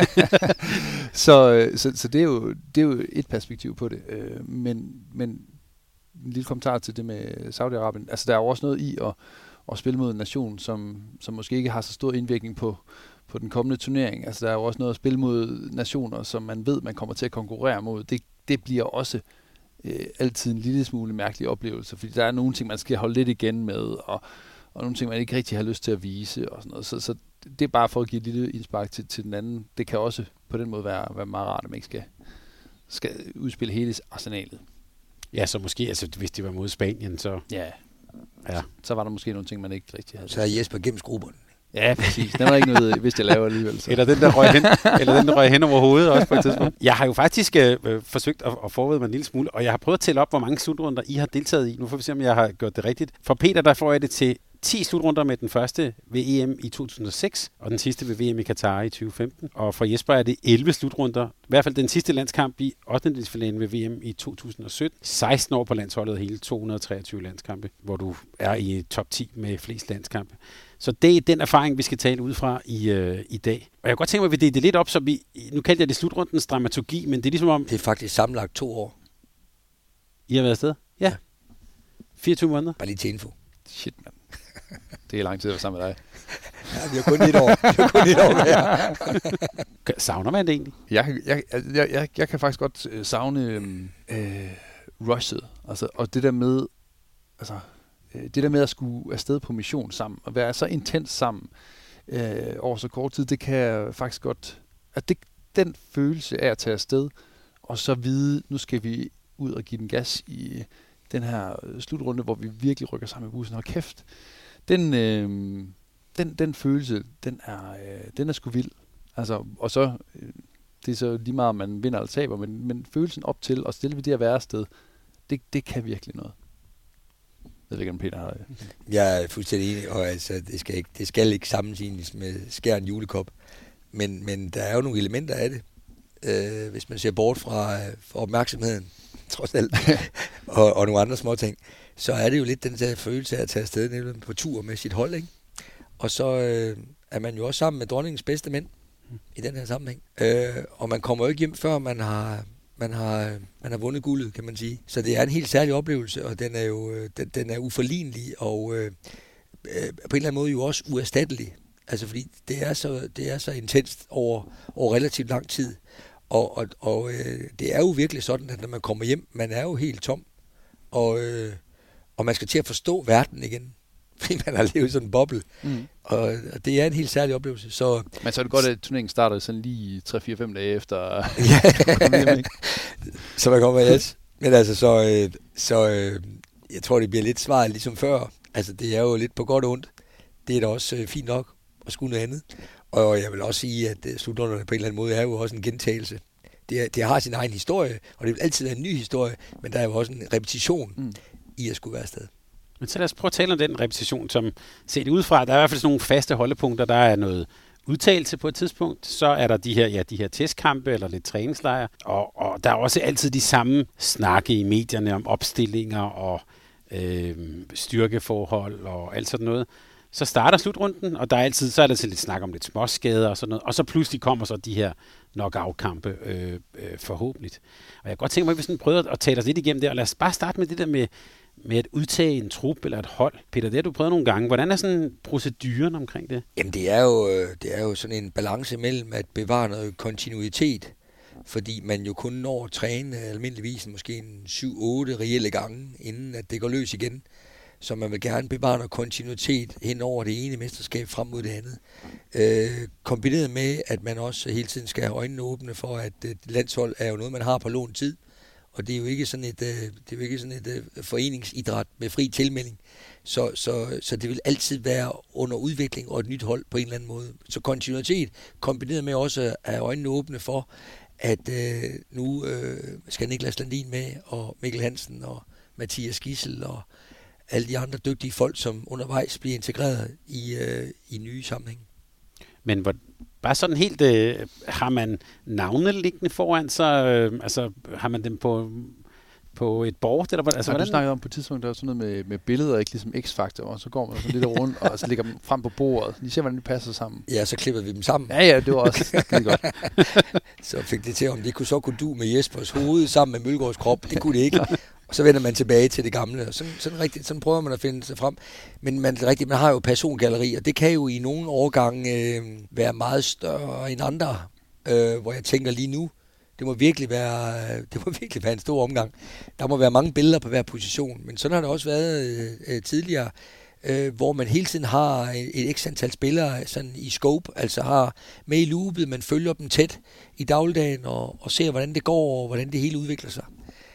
så så, så det, er jo, det er jo et perspektiv på det. Uh, men, men en lille kommentar til det med Saudi-Arabien. Altså, der er jo også noget i at, at spille mod en nation, som, som måske ikke har så stor indvirkning på, på den kommende turnering. Altså, der er jo også noget at spille mod nationer, som man ved, man kommer til at konkurrere mod. Det, det bliver også øh, altid en lille smule mærkelig oplevelse, fordi der er nogle ting, man skal holde lidt igen med, og, og nogle ting, man ikke rigtig har lyst til at vise, og sådan noget. Så, så det er bare for at give et lille indspark til, til den anden. Det kan også på den måde være, være meget rart, at man ikke skal, skal udspille hele arsenalet. Ja, så måske, altså hvis det var mod Spanien, så... Ja, ja. Så var der måske nogle ting, man ikke rigtig havde. Så er Jesper gennem skrubberne. Ja, præcis. Den var ikke noget, hvis jeg laver alligevel. Så. Eller den, der røg hen, eller den, der røg hen over hovedet også på et tidspunkt. Jeg har jo faktisk øh, forsøgt at, at forberede mig en lille smule, og jeg har prøvet at tælle op, hvor mange slutrunder I har deltaget i. Nu får vi se, om jeg har gjort det rigtigt. For Peter, der får jeg det til ti slutrunder med den første ved E M i to tusind og seks, og den sidste ved V M i Katar i tyve femten. Og for Jesper er det elleve slutrunder. I hvert fald den sidste landskamp i ottendedelsfinalen ved V M i to tusind og sytten. seksten år på landsholdet, hele to hundrede og treogtyve landskampe, hvor du er i top ti med flest landskampe. Så det er den erfaring, vi skal tale ud fra i, øh, i dag. Og jeg kan godt tænke mig, at vi deler det lidt op, så vi, nu kaldte jeg det slutrundens dramaturgi, men det er ligesom om... Det er faktisk sammenlagt to år. I har været afsted? Ja. ja. fireogtyve måneder? Bare lige til info. Shit, mand. Det er lang tid at være sammen med dig. Ja, vi har kun et år. Vi har kun et år mere. Savner man det egentlig? Jeg, jeg, jeg, jeg, jeg kan faktisk godt øh, savne øh, rushet. Altså, og det der med... Altså, det der med at skulle afsted på mission sammen, og være så intens sammen øh, over så kort tid, det kan jeg faktisk godt... At det, den følelse af at tage afsted, og så vide, nu skal vi ud og give den gas i den her slutrunde, hvor vi virkelig rykker sammen i bussen. Og kæft, den, øh, den, den følelse, den er, øh, den er sgu vild. Altså, og så, øh, det er så lige meget, om man vinder eller taber, men, men følelsen op til, og stille ved det at være afsted, det, det kan virkelig noget. Jeg ved ikke, om Peter har det. Jeg er fuldstændig enig, og altså, det, skal ikke, det skal ikke sammenlignes med Skjern julekop. Men, men der er jo nogle elementer af det, øh, hvis man ser bort fra, fra opmærksomheden, trods alt, og, og nogle andre små ting, så er det jo lidt den der følelse af at tage afsted på tur med sit hold, ikke? Og så øh, er man jo også sammen med dronningens bedste mænd i den her sammenhæng. Øh, og man kommer jo ikke hjem, før man har... Man har, man har vundet guldet, kan man sige. Så det er en helt særlig oplevelse, og den er jo den, den er uforlignelig, og øh, på en eller anden måde jo også uerstattelig. Altså fordi det er så, det er så intenst over, over relativt lang tid. Og, og, og øh, det er jo virkelig sådan, at når man kommer hjem, man er jo helt tom. Og, øh, og man skal til at forstå verden igen. Fordi man har levet sådan en boble. Mm. Og, og det er en helt særlig oplevelse. Så, men så er det godt, at turneringen starter sådan lige tre fire fem dage efter. Ja. Så man kommer yes. Men altså, så, øh, så øh, jeg tror, det bliver lidt svaret ligesom før. Altså, det er jo lidt på godt og ondt. Det er da også øh, fint nok at skulle noget andet. Og jeg vil også sige, at øh, slutrunderne på en eller anden måde er jo også en gentagelse. Det, er, det har sin egen historie, og det vil altid være en ny historie, men der er jo også en repetition mm. i at skulle være afsted. Men så lad os prøve at tale om den repetition, som set udefra, der er i hvert fald sådan nogle faste holdepunkter, der er noget udtalelse på et tidspunkt, så er der de her, ja, de her testkampe eller lidt træningslejre, og, og der er også altid de samme snakke i medierne om opstillinger og øh, styrkeforhold og alt sådan noget. Så starter slutrunden, og der er altid, så er der til lidt snak om lidt småskader og sådan noget, og så pludselig kommer så de her knockout-kampe øh, øh, forhåbentlig. Og jeg kan godt tænke mig, at vi sådan prøver at tale os lidt igennem det, og lad os bare starte med det der med med at udtage en trup eller et hold. Peter, det har du prøvet nogle gange. Hvordan er sådan proceduren omkring det? Jamen, det er jo, det er jo sådan en balance mellem at bevare noget kontinuitet, fordi man jo kun når at træne almindeligvis måske en syv otte reelle gange, inden at det går løs igen. Så man vil gerne bevare noget kontinuitet hen over det ene mesterskab frem mod det andet. Øh, kombineret med, at man også hele tiden skal have øjnene åbne for, at et landshold er jo noget, man har på lånt tid. Og det er jo ikke sådan et, det er jo ikke sådan et foreningsidræt med fri tilmelding. Så, så, så det vil altid være under udvikling og et nyt hold på en eller anden måde. Så kontinuitet kombineret med også at have øjnene åbne for, at øh, nu øh, skal Niklas Landin med, og Mikkel Hansen og Mathias Gissel og alle de andre dygtige folk, som undervejs bliver integreret i, øh, i nye sammenhæng. Men hvor, bare sådan helt, øh, har man navne liggende foran sig? Øh, altså, har man dem på, på et board? Eller, altså, ja, du snakkede om på et tidspunkt, der var sådan noget med, med billeder, ikke ligesom X-Factor, og så går man sådan lidt rundt, og så lægger dem frem på bordet. Lige ser, hvordan det passer sammen. Ja, så klipper vi dem sammen. Ja, ja, det var også skide godt. Så fik det til, om det kunne så kunne du med Jespers hoved sammen med Mølgaards krop. Det kunne det ikke. Og så vender man tilbage til det gamle, og sådan, sådan, rigtigt, sådan prøver man at finde sig frem. Men man, rigtigt, man har jo persongalleri, og det kan jo i nogle årgange øh, være meget større end andre, øh, hvor jeg tænker lige nu, det må virkelig være, det må virkelig være en stor omgang. Der må være mange billeder på hver position, men sådan har det også været øh, tidligere. øh, hvor man hele tiden har et, et ekstra antal spillere sådan i scope, altså har med i loopet, man følger dem tæt i dagligdagen og, og ser, hvordan det går, og hvordan det hele udvikler sig.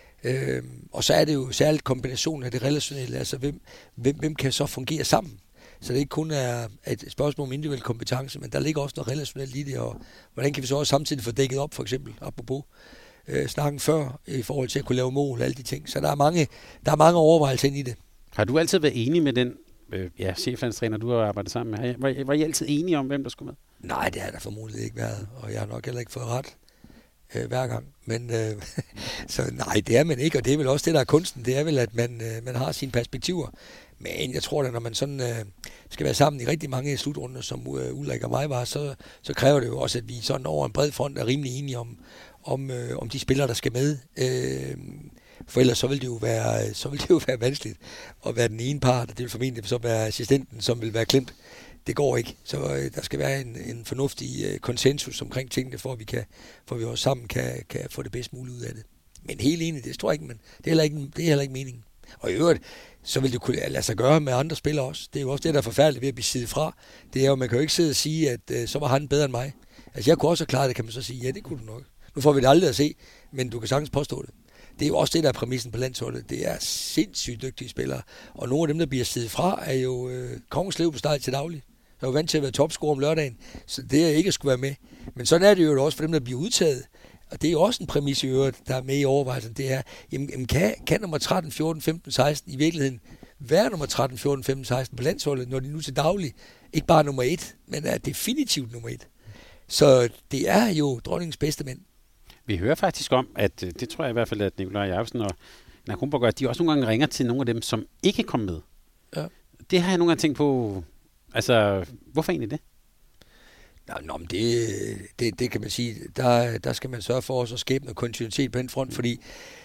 Øh, og så er det jo særligt kombinationen af det relationelle, altså hvem, hvem, hvem kan så fungere sammen. Så det ikke kun er et spørgsmål om individuel kompetence, men der ligger også noget relationelt i det, og hvordan kan vi så også samtidig få dækket op, for eksempel, apropos øh, snakken før, i forhold til at kunne lave mål og alle de ting. Så der er mange, der er mange overvejelser ind i det. Har du altid været enig med den øh, ja, cheflandstræner, du har arbejdet sammen med? Var, var I altid enige om, hvem der skulle med? Nej, det har der formodentlig ikke været, og jeg har nok heller ikke fået ret øh, hver gang. Men øh, så nej, det er man ikke, og det er vel også det, der er kunsten. Det er vel, at man, øh, man har sine perspektiver. Men jeg tror, at når man sådan øh, skal være sammen i rigtig mange slutrunder, som øh, Ulrik og mig var, så, så kræver det jo også, at vi sådan over en bred front er rimelig enige om, om, øh, om de spillere, der skal med. Øh, for ellers så vil det jo være, så vil det jo være vanskeligt at være den ene part, og det vil formentlig så være assistenten, som vil være klemt. Det går ikke. Så øh, der skal være en, en fornuftig øh, konsensus omkring tingene, for at vi, kan, for at vi også sammen kan, kan få det bedst muligt ud af det. Men helt enig, det tror jeg ikke, men det er heller ikke, det er heller ikke meningen. Og i øvrigt, så vil det kunne lade sig gøre med andre spillere også. Det er jo også det, der er forfærdeligt ved at blive siddet fra. Det er jo, man kan jo ikke sidde og sige, at øh, så var han bedre end mig. Altså jeg kunne også have klaret det, kan man så sige. Ja, det kunne du nok. Nu får vi det aldrig at se, men du kan sagtens påstå det. Det er jo også det, der er præmissen på landsholdet. Det er sindssygt dygtige spillere. Og nogle af dem, der bliver siddet fra, er jo øh, kongens lev på steg til daglig. Jeg er jo vant til at være topscorer om lørdagen, så det er ikke at skulle være med. Men sådan er det jo også for dem, der bliver udtaget. Og det er jo også en præmis i øvrigt, der er med i overvejelsen. Det er, jamen, kan, kan nummer tretten, fjorten, femten, seksten i virkeligheden være nummer tretten, fjorten, femten, seksten på landsholdet, når de nu til daglig ikke bare nummer et, men er definitivt nummer et. Så det er jo dronningens bedste mænd. Vi hører faktisk om, at det tror jeg i hvert fald, at Nikolaj Jacobsen og Nina Kronborg gør, at de også nogle gange ringer til nogle af dem, som ikke kom med. Ja. Det har jeg nogle gange tænkt på. Altså, hvorfor egentlig det? Nå, nå men det, det, det kan man sige, der, der skal man sørge for også at skabe noget kontinuitet på den front, fordi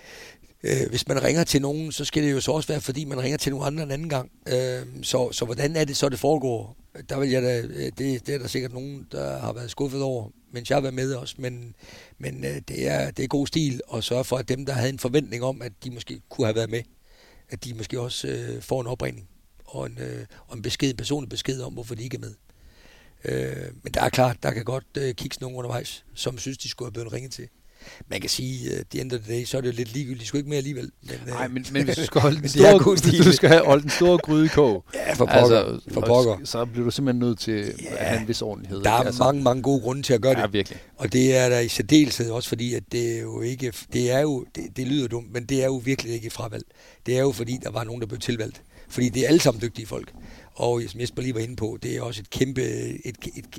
øh, hvis man ringer til nogen, så skal det jo så også være, fordi man ringer til nogle andre en anden gang. Øh, så, så hvordan er det så, det foregår? Der vil jeg da, det, det er der sikkert nogen, der har været skuffet over, mens jeg har været med også, men, men øh, det, er, det er god stil at sørge for, at dem, der havde en forventning om, at de måske kunne have været med, at de måske også øh, får en opringning og en, øh, og en besked, en personlig besked om, hvorfor de ikke er med. Øh, men der er klart, der kan godt øh, kigge nogen undervejs, som synes, de skulle have blevet ringet til. Man kan sige, at uh, de ender det, så er det jo lidt ligegyldigt. De skulle ikke mere alligevel. Nej, men, men hvis du skal holde den store, du skal have holdt den store gryde i kog, ja, for pokker, altså, for pokker. Så bliver du simpelthen nødt til ja, at have en vis ordentlighed. Der er altså mange, mange gode grunde til at gøre ja, det. Virkelig. Og det er der i særdeleshed også, fordi at det er jo ikke, det er jo, det, det lyder dumt, men det er jo virkelig ikke et fravalg. Det er jo fordi, der var nogen, der blev tilvalgt. Fordi det er alle sammen dygtige folk. Og som Jesper lige var inde på, det er også et kæmpe, et, et, et, et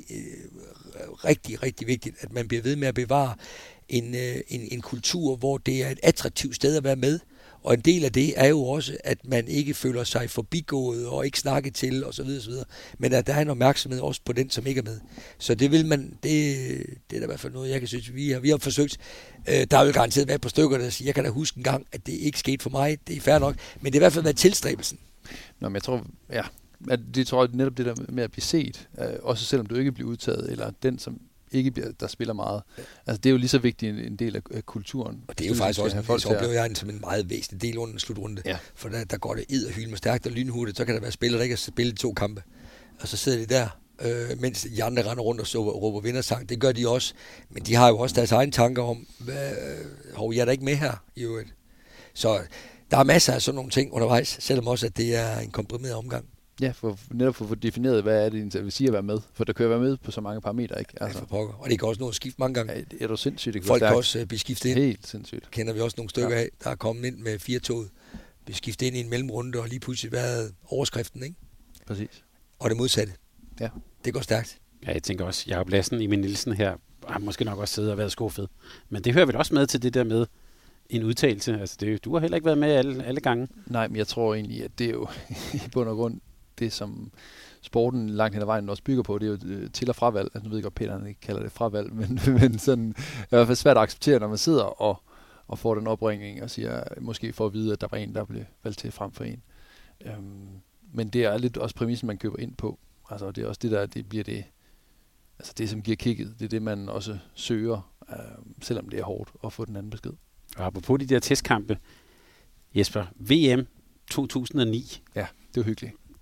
rigtig, rigtig vigtigt, at man bliver ved med at bevare en, en, en kultur, hvor det er et attraktivt sted at være med. Og en del af det er jo også, at man ikke føler sig forbigået og ikke snakket til osv. osv. Men at der er en opmærksomhed også på den, som ikke er med. Så det vil man, det, det er da i hvert fald noget, jeg kan synes, vi har, vi har forsøgt. Øh, der er jo garanteret været på stykker, der siger, jeg kan da huske en gang, at det ikke skete for mig. Det er fair nok. Men det er i hvert fald været tilstræbelsen. Nå, men jeg tror, ja, at det tror jeg netop det der med at blive set, øh, også selvom du ikke bliver udtaget, eller den, som ikke bliver, der spiller meget. Ja. Altså, det er jo lige så vigtig en, en del af, af kulturen. Og det er jo faktisk også, en, så oplever jeg en, som en meget væsentlig del under en slutrunde. Ja. For der, der går det id og hylde med stærkt og lynhurtigt, så kan der være spillere, der ikke har spillet to kampe. Og så sidder de der, øh, mens de andre render rundt og så råber vindersang. Det gør de også. Men de har jo også deres egne tanker om, hvad, hov, jeg er da ikke med her i øvrigt. Så der er masser af sådan nogle ting undervejs, selvom også, at det er en komprimeret omgang. Ja, for netop for at få defineret, hvad er det, det vil sige at være med. For der kan jo være med på så mange parametre, ikke? Altså. Ja, for pokker. Og det kan også nå at skifte mange gange. Ja, det er jo sindssygt. Det kan folk kan også uh, blive skiftet ind. Helt sindssygt. Kender vi også nogle stykker ja. af, der er kommet ind med fire toget, bliver skiftet ind i en mellemrunde, og lige pludselig været overskriften, ikke? Præcis. Og det modsatte. Ja. Det går stærkt. Ja, jeg tænker også, Jacob Lassen i min Nielsen her, har måske nok også siddet og været skuffet. Men det hører vel også med til det der med en udtalelse. Altså, det, du har heller ikke været med alle, alle gange. Nej, men jeg tror egentlig, at det er jo i bund og grund det, som sporten langt hen ad vejen også bygger på, det er jo til- og fravalg. Altså, nu ved jeg godt, Peter han ikke kalder det fravalg, men, men sådan, det er i hvert fald svært at acceptere, når man sidder og, og får den opringning og siger, måske for at vide, at der var en, der blev valgt til frem for en. Øhm, men det er lidt også præmissen, man køber ind på. Altså, det er også det, der det bliver det, altså det, som giver kicket. Det er det, man også søger, øh, selvom det er hårdt at få den anden besked. Og apropos de der testkampe, Jesper, V M to tusind og ni. Ja, det var hyggeligt.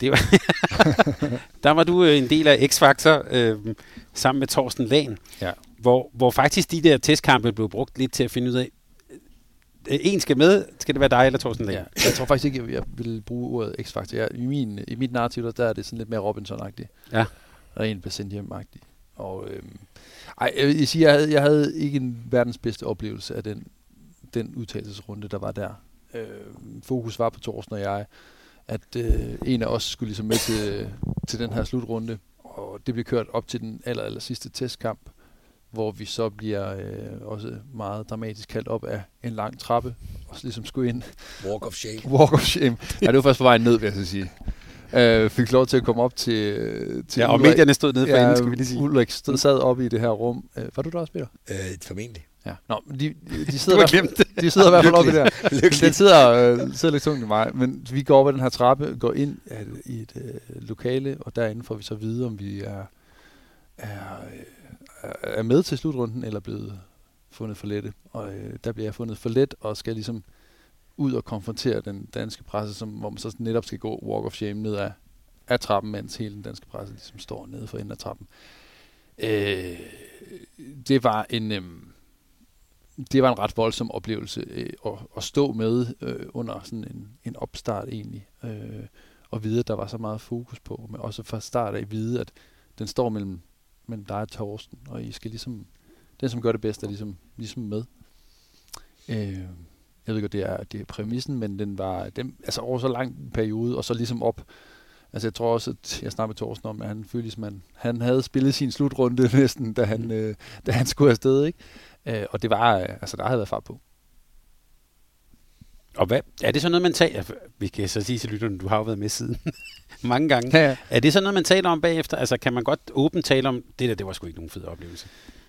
Det var der var du en del af X-Factor øh, sammen med Torsten Lahn, ja. hvor, hvor faktisk de der testkampe blev brugt lidt til at finde ud af, øh, en skal med, skal det være dig eller Torsten Lahn? Ja. Jeg tror faktisk ikke, at jeg vil bruge ordet X-Factor. Jeg, i, min, I mit narrativ, der er det sådan lidt mere Robinson-agtigt. Ja. Og en blev sendt hjem-agtigt. Og øhm, ej, jeg vil sige, jeg havde, jeg havde ikke en verdens bedste oplevelse af den, den udtalelsesrunde, der var der. Øh, fokus var på Torsten og jeg, at øh, en af os skulle ligesom med til, til den her slutrunde, og det blev kørt op til den aller, aller sidste testkamp, hvor vi så bliver øh, også meget dramatisk kaldt op af en lang trappe, og så ligesom skulle ind. Walk of shame. Walk of shame. Ja, det var først på vejen ned, vil jeg så sige. Uh, fik lov til at komme op til, til ja, og Ulrik. medierne stod nede for ja, inden, skal vi lige sige. Ulrik stod, sad oppe i det her rum. Uh, var du der også, Peter? Øh, formentlig. Ja. Nå, de, de sidder, der, de sidder i hvert fald oppe i der. Den sidder, uh, sidder lidt tungt i mig, men vi går op ad den her trappe, går ind uh, i et uh, lokale, og derinde får vi så vide, om vi er, er, er med til slutrunden, eller blevet fundet for lette. Og uh, der bliver jeg fundet for let, og skal ligesom ud og konfrontere den danske presse, som, hvor man så netop skal gå walk of shame ned af, af trappen, mens hele den danske presse ligesom står nede for enden af trappen. Øh, det var en øh, det var en ret voldsom oplevelse øh, at, at stå med øh, under sådan en, en opstart egentlig, øh, og vide, at der var så meget fokus på, men også fra start af vide, at den står mellem, mellem dig og Torsten, og I skal ligesom, den som gør det bedste er ligesom, ligesom med. Øh, Jeg ved ikke, det er, det er præmissen, men den var den, altså over så lang en periode, og så ligesom op. Altså jeg tror også, at jeg snakkede med Torsten om, at han følte, som han, han havde spillet sin slutrunde næsten, da han, øh, da han skulle afsted, ikke? Øh, og det var, øh, altså der havde været fart på. Og hvad, er det sådan noget, man taler, vi kan så sige til lytterne, du har jo været med siden mange gange. Ja, ja. Er det sådan noget, man taler om bagefter? Altså kan man godt åbent tale om, det der, det var sgu ikke nogen fed oplevelse?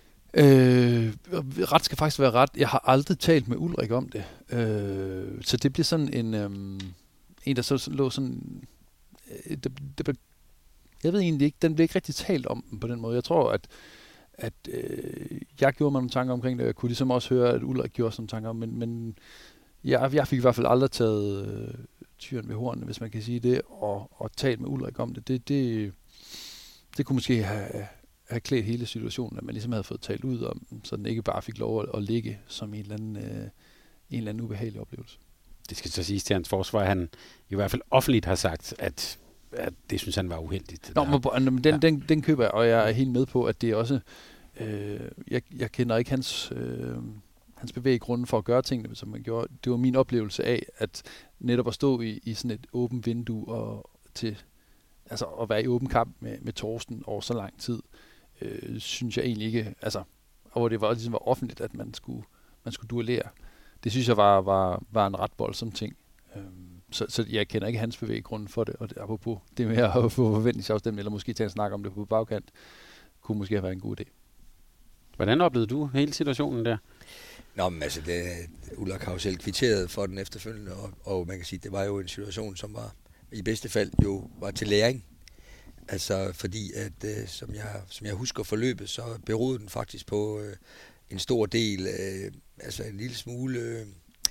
Øh, ret skal faktisk være ret. Jeg har aldrig talt med Ulrik om det. Øh, så det bliver sådan en, øhm, en der så lå sådan, øh, det, det, jeg ved egentlig ikke, den bliver ikke rigtig talt om på den måde. Jeg tror, at, at øh, jeg gjorde mig nogle tanker omkring det, og jeg kunne ligesom også høre, at Ulrik gjorde sådan nogle tanker om, men, men jeg, jeg fik i hvert fald aldrig taget øh, tyren ved hornene, hvis man kan sige det, og, og talt med Ulrik om det. Det, det, det kunne måske have have klædt hele situationen, at man ligesom havde fået talt ud om, så den ikke bare fik lov at, at ligge som en eller anden, øh, en eller anden ubehagelig oplevelse. Det skal så siges til hans forsvar, at han i hvert fald offentligt har sagt, at, at det synes han var uheldigt. Nå, men den, ja. den, den køber jeg, og jeg er helt med på, at det er også, øh, jeg, jeg kender ikke hans, øh, hans bevæggrunde for at gøre tingene, som man gjorde. Det var min oplevelse af, at netop at stå i, i sådan et åbent vindue, og til, altså at være i åben kamp med, med Torsten over så lang tid, Øh, synes jeg egentlig ikke, altså, og hvor det var ligesom var offentligt, at man skulle, man skulle duellere. Det synes jeg var, var, var en ret voldsom ting. Øhm, så, så jeg kender ikke hans bevæggrunde for det, og det, apropos det med at få forventningsafstemning, eller måske tage en snak om det på bagkant, kunne måske have været en god idé. Hvordan oplevede du hele situationen der? Nå, men altså, det, Ulrik har jo selv kvitteret for den efterfølgende, og, og man kan sige, det var jo en situation, som var i bedste fald jo var til læring. Altså fordi, at øh, som, jeg, som jeg husker forløbet, så beroede den faktisk på øh, en stor del, øh, altså en lille smule øh,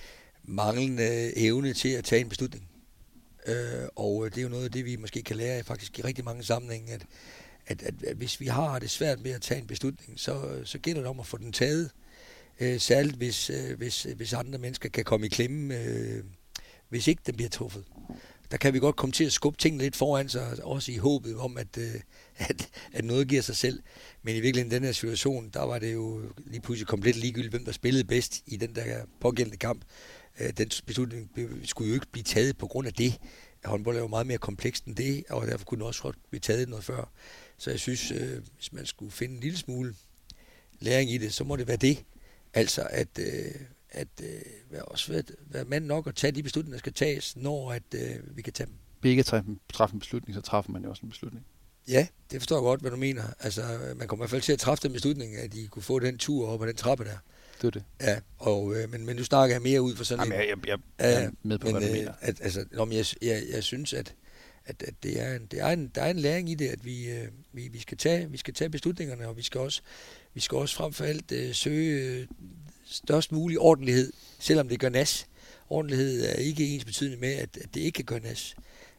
manglende evne til at tage en beslutning. Øh, og det er jo noget af det, vi måske kan lære faktisk i rigtig mange sammenhænge, at, at, at, at hvis vi har det svært med at tage en beslutning, så, så gælder det om at få den taget. Øh, særligt hvis, øh, hvis, hvis andre mennesker kan komme i klemme, øh, hvis ikke den bliver truffet. Der kan vi godt komme til at skubbe tingene lidt foran sig, også i håbet om, at, øh, at, at noget giver sig selv. Men i virkeligheden i den her situation, der var det jo lige pludselig komplet ligegyldigt, hvem der spillede bedst i den der pågældende kamp. Øh, den beslutning skulle jo ikke blive taget på grund af det. Håndbold er jo meget mere komplekst end det, og derfor kunne den også godt blive taget noget før. Så jeg synes, øh, hvis man skulle finde en lille smule læring i det, så må det være det. Altså at... Øh, at øh, være, også være, være mand nok og tage de beslutninger, der skal tages, når at, øh, vi kan tage dem. Begge træffer en beslutning, så træffer man jo også en beslutning. Ja, det forstår jeg godt, hvad du mener. Altså, man kommer i hvert fald til at træffe den beslutning, at de kunne få den tur op ad den trappe der. Det er det. Ja, og, øh, men, men nu snakker jeg mere ud for sådan Jamen, en... jeg, jeg, jeg, ja, jeg er med på, men, hvad du øh, mener. At, altså, når jeg, jeg, jeg synes, at, at, at det er en, det er en, der er en læring i det, at vi, øh, vi, vi, skal tage, vi skal tage beslutningerne, og vi skal også, vi skal også frem for alt øh, søge øh, størst mulig ordentlighed, selvom det gør nas. Ordentlighed er ikke ens betydende med, at, at det ikke kan gøre nas.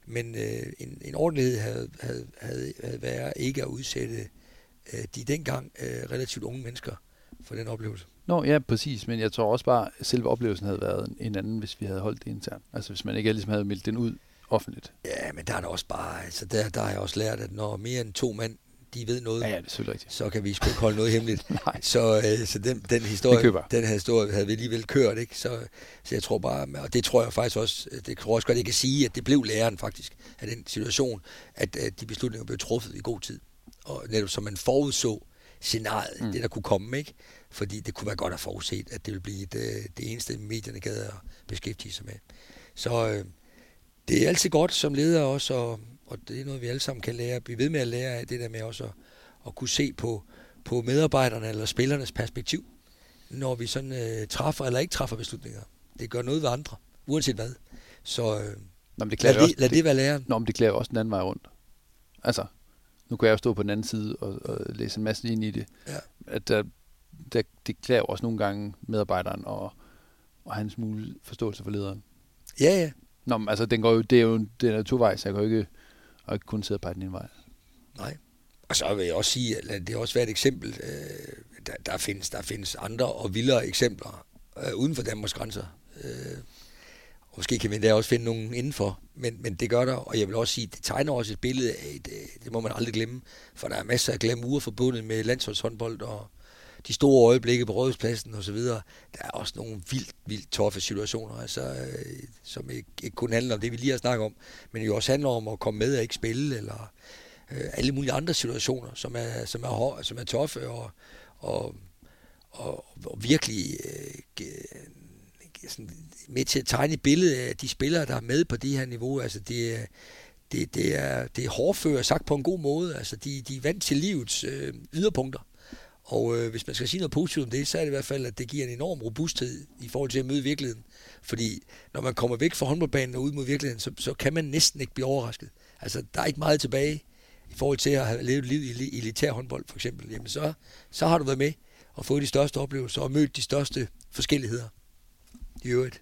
men øh, en, en ordentlighed havde, havde, havde, havde været ikke at udsætte øh, de dengang øh, relativt unge mennesker for den oplevelse. Nå, ja, præcis, men jeg tror også bare, at selve oplevelsen havde været en anden, hvis vi havde holdt det internt. Altså hvis man ikke ligesom havde meldt den ud offentligt. Ja, men der er der også bare, altså der, der har jeg også lært, at når mere end to mand, de ved noget, ja, ja, det er selvfølgelig rigtigt. Så kan vi sgu ikke holde noget hemmeligt. Nej. Så, øh, så den, den, historie, den, den her historie havde vi alligevel kørt, ikke? Så, så jeg tror bare, og det tror jeg faktisk også, det tror jeg også godt, jeg kan sige, at det blev læreren faktisk af den situation, at, at de beslutninger blev truffet i god tid. Og netop som man forudså scenariet, mm. det der kunne komme, ikke? Fordi det kunne være godt at forudset, at det ville blive det, det eneste, medierne gad at beskæftige sig med. Så øh, det er altid godt som leder også, og, og det er noget, vi alle sammen kan lære. Vi ved med at lære af det der med også at, at kunne se på, på medarbejderne eller spillernes perspektiv, når vi sådan øh, træffer eller ikke træffer beslutninger. Det gør noget ved andre, uanset hvad. Så øh, Nå, det lad, også, det, lad det, det være læreren. Nå, men det klæder også den anden vej rundt. Altså, nu kan jeg jo stå på den anden side og, og læse en masse ind i det. Ja. At der, der, det klæder også nogle gange medarbejderen og, og have en smule forståelse for lederen. Ja, ja. Nå, men altså, den går jo, det er jo den er to veje, så jeg kan jo ikke, og ikke kun sidde på den ene vej. Nej. Og så vil jeg også sige, at det er også været et eksempel. Øh, der, der, findes, der findes andre og vildere eksempler øh, uden for Danmarks grænser. Øh, og måske kan vi da også finde nogen indenfor, men, men det gør der. Og jeg vil også sige, det tegner også et billede af, det, det må man aldrig glemme, for der er masser af glamour forbundet med landsholdshåndbold og de store øjeblikke på Rådhuspladsen og så videre. Der er også nogle vildt, vildt toffe situationer, altså, øh, som ikke, ikke kun handler om det, vi lige har snakket om, men jo også handler om at komme med og ikke spille, eller øh, alle mulige andre situationer, som er, som er, hår, som er toffe og, og, og, og virkelig øh, sådan med til at tegne et billede af de spillere, der er med på det her niveau. Altså det er, det, det er, det er hårdfør sagt på en god måde. Altså de, de er vant til livets øh, yderpunkter. Og øh, hvis man skal sige noget positivt om det, så er det i hvert fald, at det giver en enorm robusthed i forhold til at møde virkeligheden. Fordi når man kommer væk fra håndboldbanen og ud mod virkeligheden, så, så kan man næsten ikke blive overrasket. Altså der er ikke meget tilbage i forhold til at have levet liv i elitær håndbold for eksempel. Jamen så, så har du været med og fået de største oplevelser og mødt de største forskelligheder i øvrigt.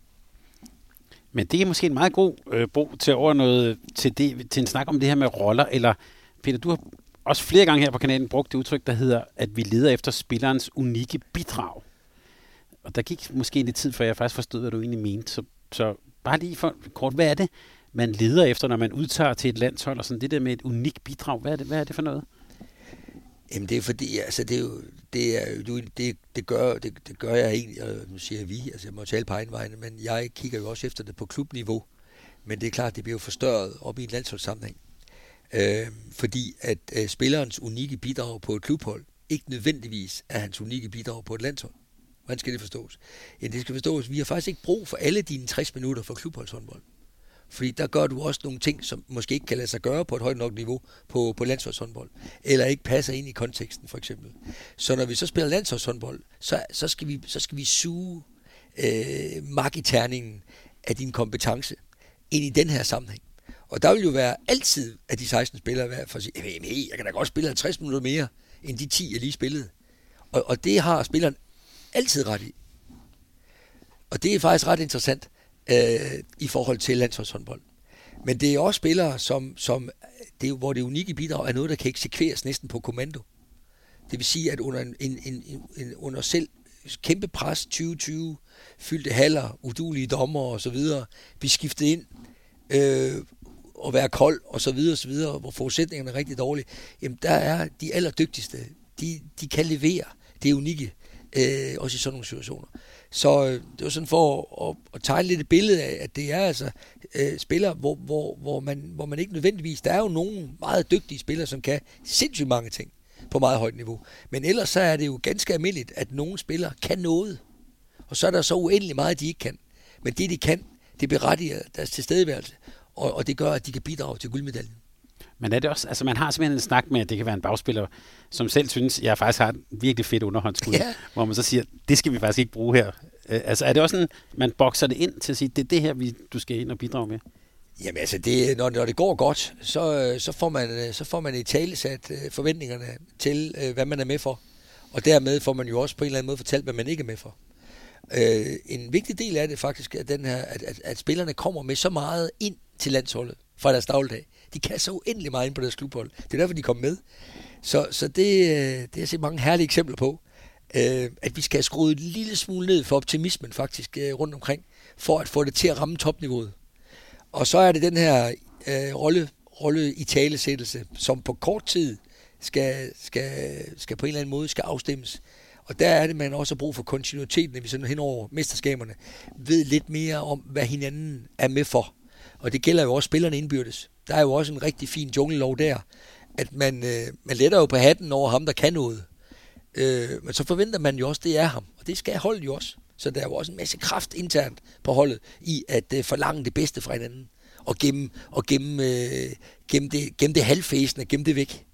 Men det er måske en meget god øh, bro til over noget til, det, til en snak om det her med roller. Eller Peter, du har også flere gange her på kanalen brugt det udtryk, der hedder, at vi leder efter spillerens unikke bidrag. Og der gik måske lidt tid, før jeg faktisk forstod, hvad du egentlig mente. Så, så bare lige for kort, hvad er det, man leder efter, når man udtager til et landshold, og sådan det der med et unikt bidrag? Hvad er det, hvad er det for noget? Jamen det er fordi, altså det er jo, det er jo, det, det gør, det, det gør jeg egentlig, og nu siger jeg vi, altså jeg må tale på egen vegne, men jeg kigger jo også efter det på klubniveau. Men det er klart, det bliver jo forstørret op i en landsholdssammenhæng. Øh, fordi at øh, spillerens unikke bidrag på et klubhold ikke nødvendigvis er hans unikke bidrag på et landshold. Hvordan skal det forstås? Ja, det skal forstås, vi har faktisk ikke brug for alle dine tres minutter for klubholdshåndbold. Fordi der gør du også nogle ting, som måske ikke kan lade sig gøre på et højt nok niveau på, på landsholdshåndbold. Eller ikke passer ind i konteksten, for eksempel. Så når vi så spiller landsholdshåndbold, så, så, skal, vi, så skal vi suge øh, mark i terningen af din kompetence ind i den her sammenhæng. Og der vil jo være altid af de seksten spillere være for at sige, hey, jeg kan da godt spille halvtreds minutter mere, end de ti, jeg lige spillede. Og, og det har spilleren altid ret i. Og det er faktisk ret interessant øh, i forhold til landsholdshåndbold. Men det er også spillere, som, som det er, hvor det unikke bidrag er noget, der kan eksekveres næsten på kommando. Det vil sige, at under, en, en, en, en, under selv kæmpe pres, tyve tyve, fyldte haller, udulige dommer og så videre, blive skiftet ind, øh, og være kold og så videre og så videre, hvor forudsætningerne er rigtig dårlige, jamen der er de allerdygtigste, de, de kan levere det unikke, øh, også i sådan nogle situationer. Så øh, det var sådan for at, at tegne lidt et billede af, at det er altså øh, spillere, hvor, hvor, hvor, man, hvor man ikke nødvendigvis, der er jo nogle meget dygtige spillere, som kan sindssygt mange ting på meget højt niveau. Men ellers så er det jo ganske almindeligt, at nogle spillere kan noget, og så er der så uendelig meget, de ikke kan. Men det, de kan, det berettiger deres tilstedeværelse, og, og det gør, at de kan bidrage til guldmedaljen. Men er det også, altså man har simpelthen en snak med, at det kan være en bagspiller, som selv synes, jeg faktisk har et virkelig fedt underhåndsskud, ja. Hvor man så siger, det skal vi faktisk ikke bruge her. Altså er det også sådan, man bokser det ind til at sige, det er det her, vi, du skal ind og bidrage med? Jamen altså, det, når, når det går godt, så, så får man, så får man i tale sat forventningerne til, hvad man er med for. Og dermed får man jo også på en eller anden måde fortalt, hvad man ikke er med for. Øh, en vigtig del af det faktisk er den her, at, at, at spillerne kommer med så meget ind til landsholdet, fra deres dagligdag. De kan så uendelig meget ind på deres klubhold. Det er derfor, de kom med. Så, så det, det har jeg set mange herlige eksempler på, øh, at vi skal have skruet en lille smule ned for optimismen faktisk øh, rundt omkring, for at få det til at ramme topniveauet. Og så er det den her øh, rolle, rolle i talesættelse, som på kort tid skal, skal, skal på en eller anden måde skal afstemmes. Og der er det, man også har brug for kontinuiteten, at vi sådan hen over mesterskaberne ved lidt mere om, hvad hinanden er med for. Og det gælder jo også spillerne indbyrdes. Der er jo også en rigtig fin junglelov der, at man, øh, man letter jo på hatten over ham, der kan noget. Øh, men så forventer man jo også, det er ham. Og det skal holdet jo også. Så der er jo også en masse kraft internt på holdet i at øh, forlange det bedste fra hinanden. Og gemme, og gemme, øh, gemme, det, gemme det halvfæsende, gemme det væk.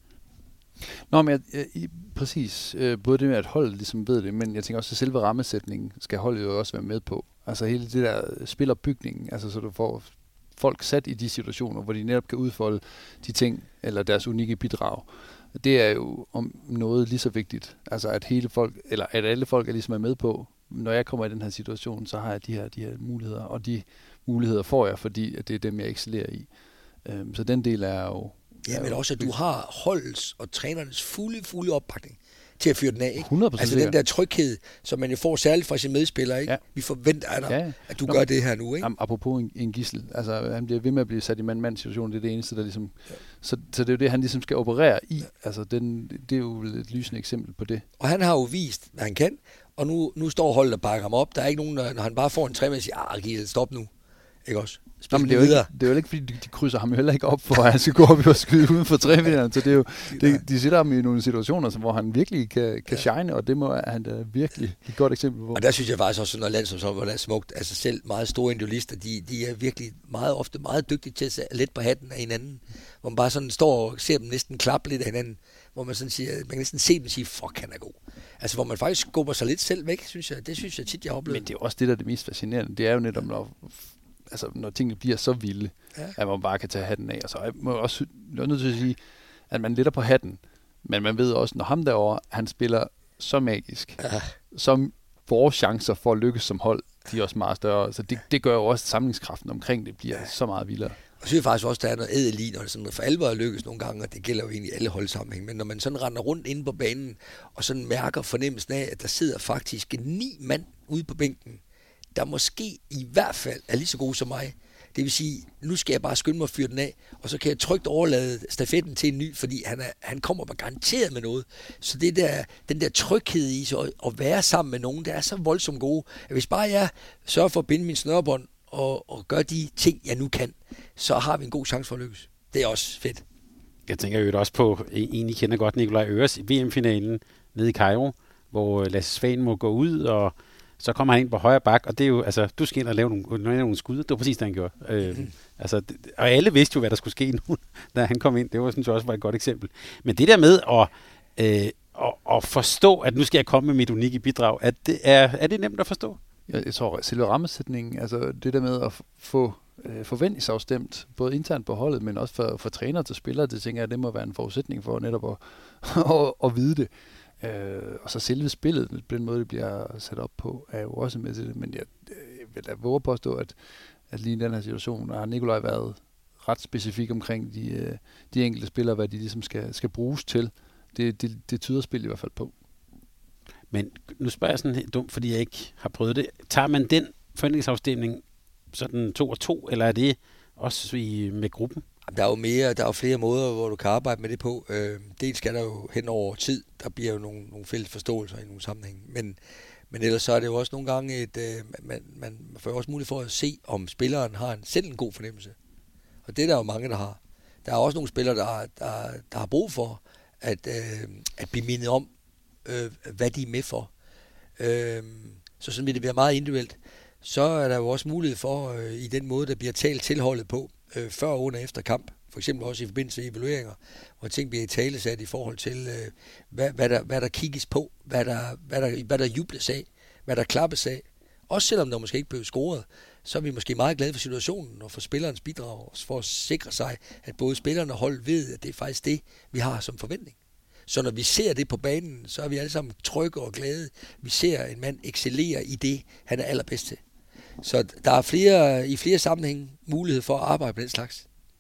Nå, men jeg, jeg, præcis. Øh, både det med, at holdet ligesom ved det, men jeg tænker også, at selve rammesætningen skal holdet jo også være med på. Altså hele det der spillerbygningen, altså så du får folk sat i de situationer, hvor de netop kan udfolde de ting, eller deres unikke bidrag. Det er jo om noget lige så vigtigt. Altså at hele folk, eller at alle folk er ligesom er med på, når jeg kommer i den her situation, så har jeg de her, de her muligheder, og de muligheder får jeg, fordi at det er dem, jeg excellerer i. Øhm, så den del er jo... Ja, men også, at du har holdets og trænernes fulde, fulde opbakning til at fyre den af, ikke? hundrede procent Altså den der tryghed, som man jo får særligt fra sine medspillere, ikke? Ja. Vi forventer af dig, ja. at du Nå, gør det her nu, ikke? Apropos en, en gidsel, altså han bliver ved med at blive sat i mand-mand-situationen, det er det eneste, der ligesom... Ja. Så, så det er jo det, han ligesom skal operere i, altså den, det er jo et lysende eksempel på det. Og han har jo vist, hvad han kan, og nu, nu står holdet og bakker ham op. Der er ikke nogen, der, når han bare får en tre med, siger, ah, Gidsel, stop nu, ikke også? Nå, men det, er jo ikke, det er jo ikke, fordi de, de krydser ham jo heller ikke op, for at han skal gå op og skyde uden for trævinderen. Så det er jo, det, de sætter ham i nogle situationer, hvor han virkelig kan, kan shine, og det må han da virkelig et godt eksempel på. Og der synes jeg faktisk også, når landsholdshold er smukt, altså selv meget store individualister, de, de er virkelig meget ofte meget dygtige til at sætte let på hatten af hinanden, hvor man bare sådan står og ser dem næsten klappe lidt af hinanden, hvor man sådan siger, man kan næsten se dem sige, fuck, han er god. Altså hvor man faktisk skubber sig lidt selv væk, synes jeg. Det synes jeg tit, jeg har oplevet. Men det er også det, der er det mest fascinerende. Det er jo netop, når altså når tingene bliver så vilde, ja. At man bare kan tage hatten af. Og så jeg må også jeg er nødt til at sige, at man letter på hatten, men man ved også, når ham derovre, han spiller så magisk, ja. Som vores chancer for at lykkes som hold, de er også meget større. Så det, det gør jo også, at samlingskraften omkring det bliver ja. Så meget vildere. Og så synes jeg faktisk også, der er noget ædel i, når det sådan for alvor lykkes nogle gange, og det gælder jo egentlig alle holdsammenhæng, men når man sådan render rundt inde på banen, og sådan mærker fornemmelsen af, at der sidder faktisk ni mand ude på bænken, der måske i hvert fald er lige så gode som mig. Det vil sige, nu skal jeg bare skynde mig at fyre den af, og så kan jeg trygt overlade stafetten til en ny, fordi han, er, han kommer bare garanteret med noget. Så det der, den der tryghed i så at, at være sammen med nogen, det er så voldsomt gode, at hvis bare jeg sørger for at binde min snørebånd og, og gøre de ting, jeg nu kan, så har vi en god chance for at lykkes. Det er også fedt. Jeg tænker jo også på, en I kender godt, Nikolaj Øres i V M-finalen nede i Cairo, hvor Lasse Svane må gå ud, og så kommer han ind på højre bak, og det er jo, altså, du skal ind og lave nogle, lave nogle skud. Det var præcis det, han gjorde. Mm. Øh, altså, det, og alle vidste jo, hvad der skulle ske nu, da han kom ind. Det var, synes jeg også var et godt eksempel. Men det der med at, øh, at, at forstå, at nu skal jeg komme med mit unikke bidrag, at det er, er det nemt at forstå? Jeg, jeg tror, selve rammesætningen, altså det der med at få øh, forventningsafstemt, både internt på holdet, men også for, for træner til spillere, det tænker jeg, det må være en forudsætning for netop at, at, at vide det. Øh, og så selve spillet, på den måde, det bliver sat op på, er jo også med til det. Men jeg, jeg vil da våge påstå, at, at lige i den her situation har Nikolaj været ret specifik omkring de, de enkelte spillere, hvad de ligesom skal, skal bruges til. Det, det, det tyder spil i hvert fald på. Men nu spørger jeg sådan helt dumt, fordi jeg ikke har prøvet det. Tager man den forventningsafstemning sådan to og to, eller er det også i, med gruppen? Der er jo mere, der er jo flere måder, hvor du kan arbejde med det på. Øh, dels skal der jo hen over tid, der bliver jo nogle, nogle fælles forståelser i nogle sammenhæng. Men, men ellers så er det jo også nogle gange, et, øh, man, man får jo også mulighed for at se, om spilleren har en, selv en god fornemmelse. Og det er der jo mange, der har. Der er også nogle spillere, der, der, der har brug for at, øh, at blive mindet om, øh, hvad de er med for. Øh, så sådan vil det være meget individuelt. Så er der jo også mulighed for, øh, i den måde, der bliver talt tilholdet på, øh, før, under, efter kamp, for eksempel også i forbindelse med evalueringer, hvor ting bliver i talesat i forhold til, øh, hvad, hvad, der, hvad der kigges på, hvad der, hvad, der, hvad der jubles af, hvad der klappes af. Også selvom der måske ikke blev scoret, så er vi måske meget glade for situationen og for spillerens bidrag, for at sikre sig, at både spillerne og hold ved, at det er faktisk det, vi har som forventning. Så når vi ser det på banen, så er vi alle sammen trygge og glade. Vi ser en mand excellere i det, han er allerbedst til. Så der er flere, i flere sammenhænge mulighed for at arbejde med den slags.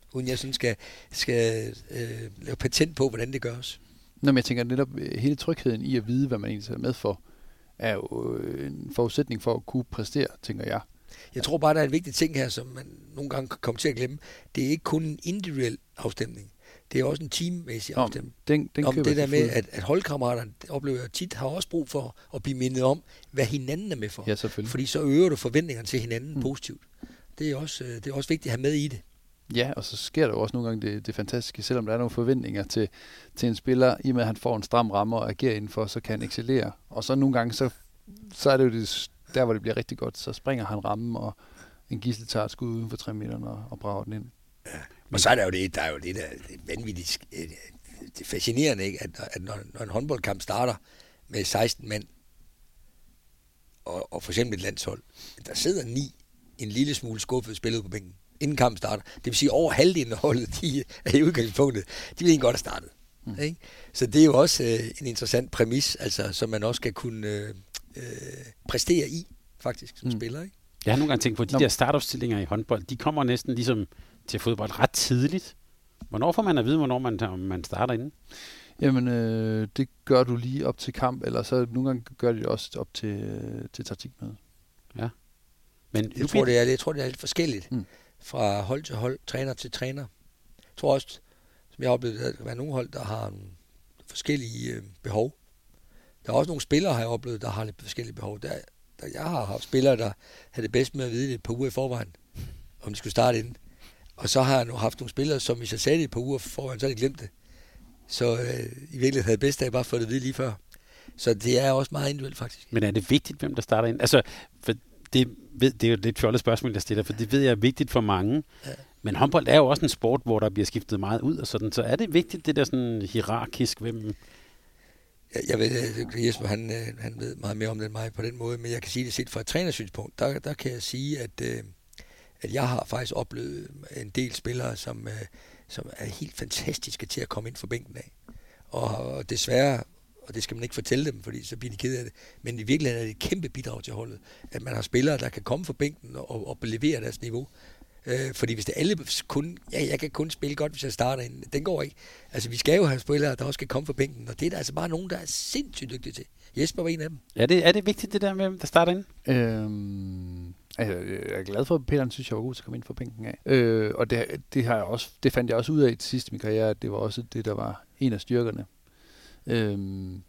uden jeg sådan skal, skal øh, lave patent på, hvordan det gøres. Nå, men jeg tænker netop, hele trygheden i at vide, hvad man egentlig er med for, er jo en forudsætning for at kunne præstere, tænker jeg. Jeg tror bare, der er en vigtig ting her, som man nogle gange kan komme til at glemme. Det er ikke kun en individuel afstemning. Det er også en teammæssig afstemning. Om, den, den om det der med, at, at holdkammeraterne, oplever jeg tit, har også brug for at blive mindet om, hvad hinanden er med for. Ja, selvfølgelig. Fordi så øger du forventningerne til hinanden mm. positivt. Det er, også, det er også vigtigt at have med i det. Ja, og så sker der jo også nogle gange det, det fantastiske, selvom der er nogle forventninger til, til en spiller, i og med at han får en stram ramme og agerer indenfor, så kan han excellere. Og så nogle gange, så, så er det jo det, der, hvor det bliver rigtig godt, så springer han rammen, og en gidsel tager et skud uden for tre meter og, og brager den ind. Ja. Og så er der jo det, der er jo det, der det er vanvittigt, det er fascinerende, ikke? At, at når, når en håndboldkamp starter med seksten mand, og, og for eksempel et landshold, der sidder ni en lille smule skuffet spillet på bænken, inden kampen starter. Det vil sige, over halvdelen af holdet, de er i udgangspunktet, de vil egentlig godt have startet. Mm. Ikke? Så det er jo også øh, en interessant præmis, altså, som man også skal kunne øh, øh, præstere i, faktisk, som mm. spiller. Ikke? Jeg har nogle gange tænkt på, at de Nå. der startopstillinger i håndbold, de kommer næsten ligesom til fodbold ret tidligt. Hvornår får man at vide, hvornår man, man starter inden? Jamen, øh, det gør du lige op til kamp, eller så nogle gange gør de det også op til, øh, til taktikmøde. Ja. Men jeg, tror, det er, jeg tror, det er lidt forskelligt. Mm. Fra hold til hold, træner til træner. Jeg tror også, som jeg har oplevet, at der er nogle hold, der har nogle forskellige øh, behov. Der er også nogle spillere, har jeg oplevet, der har lidt forskellige behov. Der, der, jeg har haft spillere, der havde det bedst med at vide det et par uger i forvejen, om de skulle starte inden. Og så har jeg nu haft nogle spillere, som hvis jeg sagde det et par uger forvejen, så havde de glemt det. Så øh, i virkeligheden havde det bedst af bare fået det at vide lige før. Så det er også meget individuelt, faktisk. Men er det vigtigt, hvem der starter ind? Altså, for det, ved, det er jo et lidt fjollet spørgsmål, jeg stiller, for det ved jeg er vigtigt for mange. Ja. Men håndbold er jo også en sport, hvor der bliver skiftet meget ud og sådan. Så er det vigtigt, det der sådan hierarkisk, hvem... Jeg, jeg ved, Jesper, han, han ved meget mere om det end mig på den måde, men jeg kan sige det set fra et trænersynspunkt. Der, der kan jeg sige, at, at jeg har faktisk oplevet en del spillere, som, som er helt fantastiske til at komme ind for bænken af. Og desværre, og det skal man ikke fortælle dem, fordi så bliver de ked af det, men i virkeligheden er det et kæmpe bidrag til holdet, at man har spillere, der kan komme for bænken og, og levere deres niveau. Øh, fordi hvis det alle kun, ja, jeg kan kun spille godt, hvis jeg starter ind, den går ikke. Altså, vi skal jo have spillere, der også kan komme for bænken, og det er der altså bare nogen, der er sindssygt dygtige til. Jesper var en af dem. Ja, det, er det vigtigt, det der med, der starter ind? Øhm, altså, jeg er glad for, at Peter synes, jeg var god til at komme ind for bænken af. Øh, og det, det, har jeg også, det fandt jeg også ud af til sidst i min karriere, at det var også det, der var en af styrkerne. Øhm,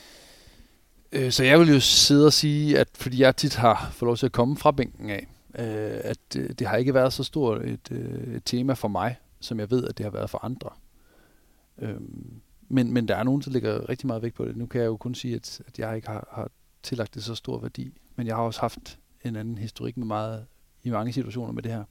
øh, så jeg vil jo sidde og sige, at fordi jeg tit har fået lov til at komme fra bænken af, øh, at det, det har ikke været så stort et, øh, et tema for mig, som jeg ved, at det har været for andre. Øhm, men, men der er nogen, der lægger rigtig meget vægt på det. Nu kan jeg jo kun sige, at, at jeg ikke har, har tillagt det så stor værdi, men jeg har også haft en anden historik med meget, i mange situationer med det her.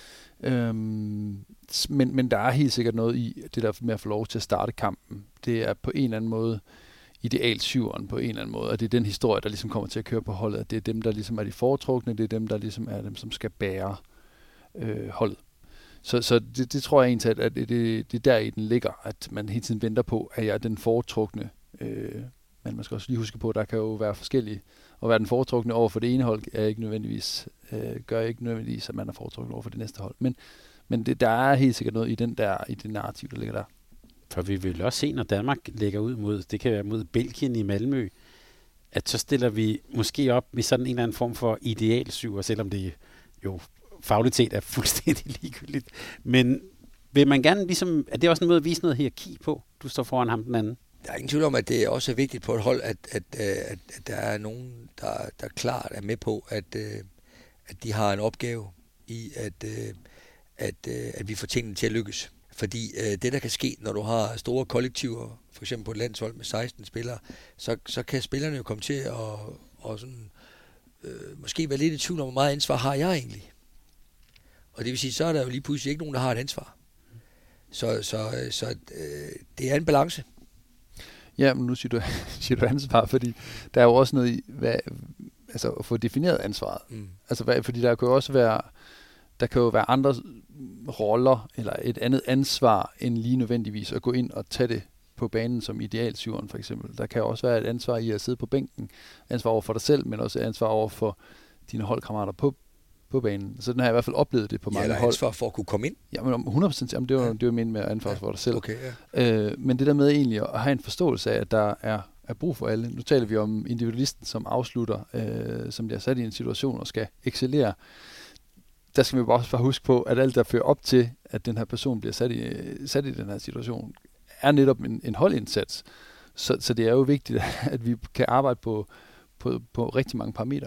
Øhm, men, men der er helt sikkert noget i det der med at få lov til at starte kampen. Det er på en eller anden måde ideal syveren på en eller anden måde, og det er den historie, der ligesom kommer til at køre på holdet, at det er dem, der ligesom er de foretrukne, det er dem, der ligesom er dem, som skal bære øh, holdet. Så, så det, det tror jeg egentlig, at det, det, det er der i den ligger, at man hele tiden venter på, at jeg er den foretrukne. Øh, men man skal også lige huske på, at der kan jo være forskellige. Og være den foretrukne over for det ene hold, er ikke nødvendigvis, øh, gør ikke nødvendigvis, at man er foretrukne over for det næste hold. Men, men det, der er helt sikkert noget i, den der, i det narrativ, der ligger der. For vi vil også se, når Danmark lægger ud mod, det kan være mod Belgien i Malmø, at så stiller vi måske op med sådan en eller anden form for idealsyver, selvom det jo fagligt set er fuldstændig ligegyldigt. Men vil man gerne ligesom, er det også en måde at vise noget hierarki på? Du står foran ham den anden. Der er ingen tvivl om, at det også er vigtigt på et hold, at, at, at, at der er nogen, der, der klart er med på, at, at de har en opgave i, at, at, at vi får tingene til at lykkes. Fordi det, der kan ske, når du har store kollektiver, for eksempel på et landshold med seksten spillere, så, så kan spillerne jo komme til at og sådan, øh, måske være lidt i tvivl om, hvor meget ansvar har jeg egentlig. Og det vil sige, så er der jo lige pludselig ikke nogen, der har et ansvar. Så, så, så øh, det er en balance. Ja, men nu siger du, siger du ansvar, fordi der er jo også noget i, hvad, altså at få defineret ansvaret. Mm. Altså, hvad, fordi der kan jo også være, der kan jo være andre roller, eller et andet ansvar, end lige nødvendigvis at gå ind og tage det på banen som idealsyveren for eksempel. Der kan jo også være et ansvar i at sidde på bænken, ansvar over for dig selv, men også ansvar over for dine holdkammerater på, på banen. Så den har jeg i hvert fald oplevet det på mange ja, hold. ansvar for at kunne komme ind. Ja, men hundrede procent, jamen det var, ja. det var min med ansvar ja. for dig selv. Okay, ja. øh, men det der med egentlig at have en forståelse af, at der er, er brug for alle. Nu taler vi om individualisten, som afslutter, øh, som bliver sat i en situation og skal excellere. Der skal vi bare huske på, at alt der fører op til, at den her person bliver sat i, sat i den her situation, er netop en, en holdindsats. Så, så det er jo vigtigt, at vi kan arbejde på, på, på rigtig mange parametre.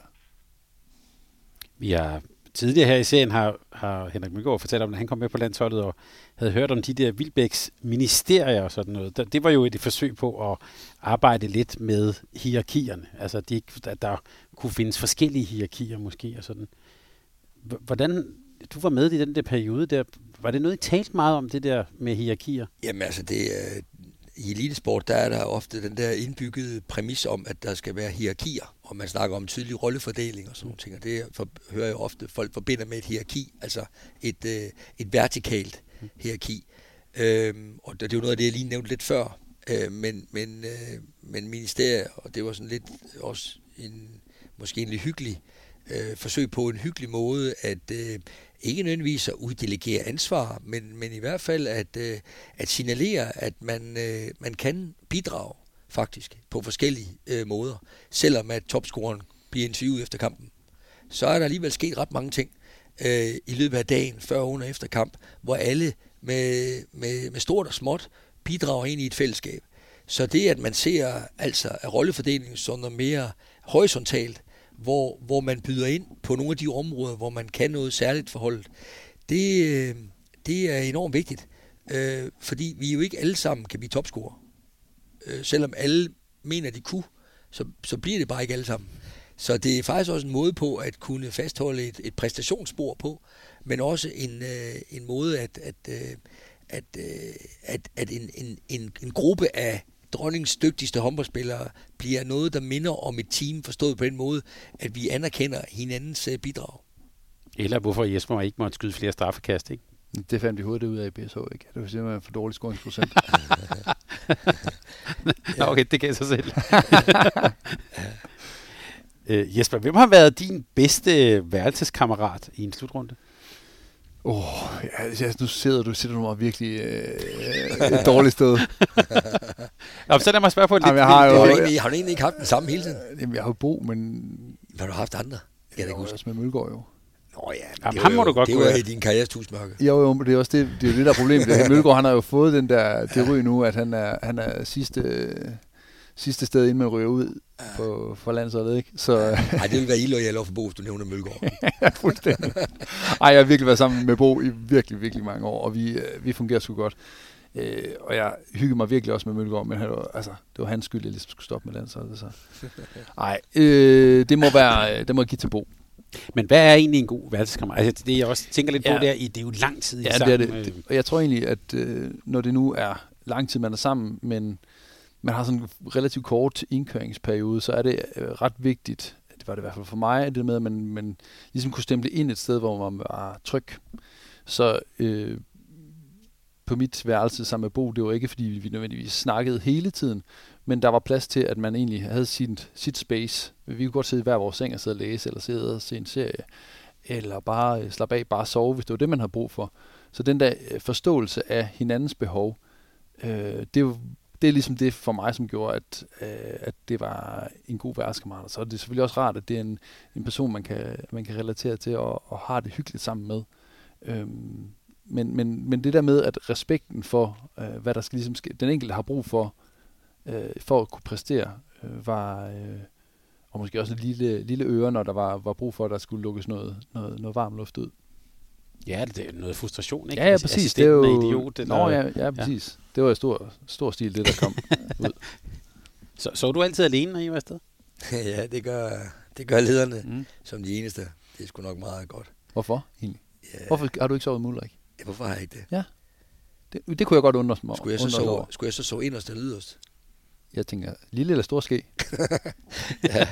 Vi har tidligere her i serien har, har Henrik Mølgaard fortalt om, at han kom med på landsholdet og havde hørt om de der Wilbæks ministerier og sådan noget. Det var jo et forsøg på at arbejde lidt med hierarkierne. Altså, de, at der kunne findes forskellige hierarkier måske og sådan. Hvordan, du var med i den der periode der, var det noget, I talte meget om, det der med hierarkier? Jamen altså, det er, i elitesport, der er der ofte den der indbyggede præmis om, at der skal være hierarkier, og man snakker om tydelig rollefordeling og sådan nogle ting, og det for, hører jeg ofte, folk forbinder med et hierarki, altså et, øh, et vertikalt hierarki. Øhm, og det, det er jo noget af det, jeg lige nævnte lidt før, øh, men, men, øh, men ministeriet, og det var sådan lidt også en, måske en lidt hyggelig øh, forsøg på en hyggelig måde, at øh, ikke nødvendigvis at uddelegere ansvar, men, men i hvert fald at, øh, at signalere, at man, øh, man kan bidrage faktisk på forskellige øh, måder. Selvom at topscoreren bliver interviewet efter kampen, så er der alligevel sket ret mange ting øh, i løbet af dagen, før, under, efter kamp, hvor alle med, med, med stort og småt bidrager ind i et fællesskab. Så det, at man ser altså at rollefordelingen som noget mere horisontalt, Hvor, hvor man byder ind på nogle af de områder, hvor man kan noget særligt for holdet. Det, det er enormt vigtigt, øh, fordi vi jo ikke alle sammen kan blive topscorer. Øh, selvom alle mener, de kunne, så, så bliver det bare ikke alle sammen. Så det er faktisk også en måde på at kunne fastholde et, et præstationsspor på, men også en, øh, en måde, at, at, øh, at, øh, at, at en, en, en, en gruppe af dronningens dygtigste håndboldspillere bliver noget, der minder om et team, forstået på den måde, at vi anerkender hinandens bidrag. Eller hvorfor Jesper ikke måtte skyde flere straffekast, ikke? Det fandt vi hurtigt ud af i B S H, ikke? Det var simpelthen for dårlig scoringsprocent. Ja. Okay, det kan jeg så selv. øh, Jesper, hvem har været din bedste værelseskammerat i en slutrunde? Åh, oh, ja, nu sidder du, sidder du mig virkelig øh, et dårligt sted. Nå, så lad mig spørge på et lidt. Har, jo, har, du egentlig, har du egentlig ikke haft den samme hele tiden? Jamen, jeg har jo Bo, men... Har du haft andre? Jeg kan ikke huske. Også med Mølgaard jo. Nå ja, jamen, det, ham må jo, du godt det var i din karrieres tusmørke. Jo, jo, det er også det, det, er det der problem. Det. Mølgaard, han har jo fået den der teori nu, at han er, han er sidste, sidste sted, inden man ryger ud på, for landsholdet, ikke? Så... Ej, det vil være illoyalt over for Bo, hvis du nævner Mølgaard. Ja, fuldstændig. Ej, jeg har virkelig været sammen med Bo i virkelig, virkelig mange år, og vi, vi fungerer sgu godt. Øh, og jeg hyggede mig virkelig også med Mølgaard, men han var, altså, det var hans skyld, jeg ligesom skulle stoppe med landsholdet. Så. Ej, øh, det må være, det må jeg give til Bo. Men hvad er egentlig en god værelseskammerat? Altså, det jeg også tænker lidt på, ja. der, det er jo lang tid i ja, sammen. Det er det. Og jeg tror egentlig, at øh, når det nu er lang tid, man er sammen, men man har sådan en relativt kort indkøringsperiode, så er det øh, ret vigtigt, det var det i hvert fald for mig, det med, at man, man ligesom kunne stemple ind et sted, hvor man var tryg. Så øh, på mit værelse sammen med Bo, det var ikke, fordi vi nødvendigvis snakkede hele tiden, men der var plads til, at man egentlig havde sit, sit space. Vi kunne godt sidde i hver vores seng og sidde og læse, eller sidde og se en serie, eller bare øh, slappe af, bare sove, hvis det var det, man havde brug for. Så den der øh, forståelse af hinandens behov, øh, det, er, det er ligesom det for mig, som gjorde, at, øh, at det var en god værelseskammerat. Så er det selvfølgelig også rart, at det er en, en person, man kan, man kan relatere til og, og har det hyggeligt sammen med. Øhm, men, men, men det der med, at respekten for, øh, hvad der skal ligesom ske, den enkelte har brug for, øh, for at kunne præstere, øh, var... Øh, og måske også en lille, lille øre, når der var, var brug for, at der skulle lukkes noget, noget, noget varm luft ud. Ja, det er noget frustration, ikke? Ja, ja, præcis. Det er jo... idiot. Eller... Nå, ja, ja, præcis. Ja. Det var i stor, stor stil, det der kom ud. Så, så er du altid alene, når I var afsted? Ja, det gør, det gør lederne mm. som de eneste. Det er sgu nok meget godt. Hvorfor egentlig? Ja. Hvorfor har du ikke sovet med Ulrik? Ja, hvorfor har jeg ikke det? Ja, det, det kunne jeg godt undre mig skulle jeg så sove, skulle jeg så sove inderst eller yderst? Jeg tænker, lille eller stor ske? Ja.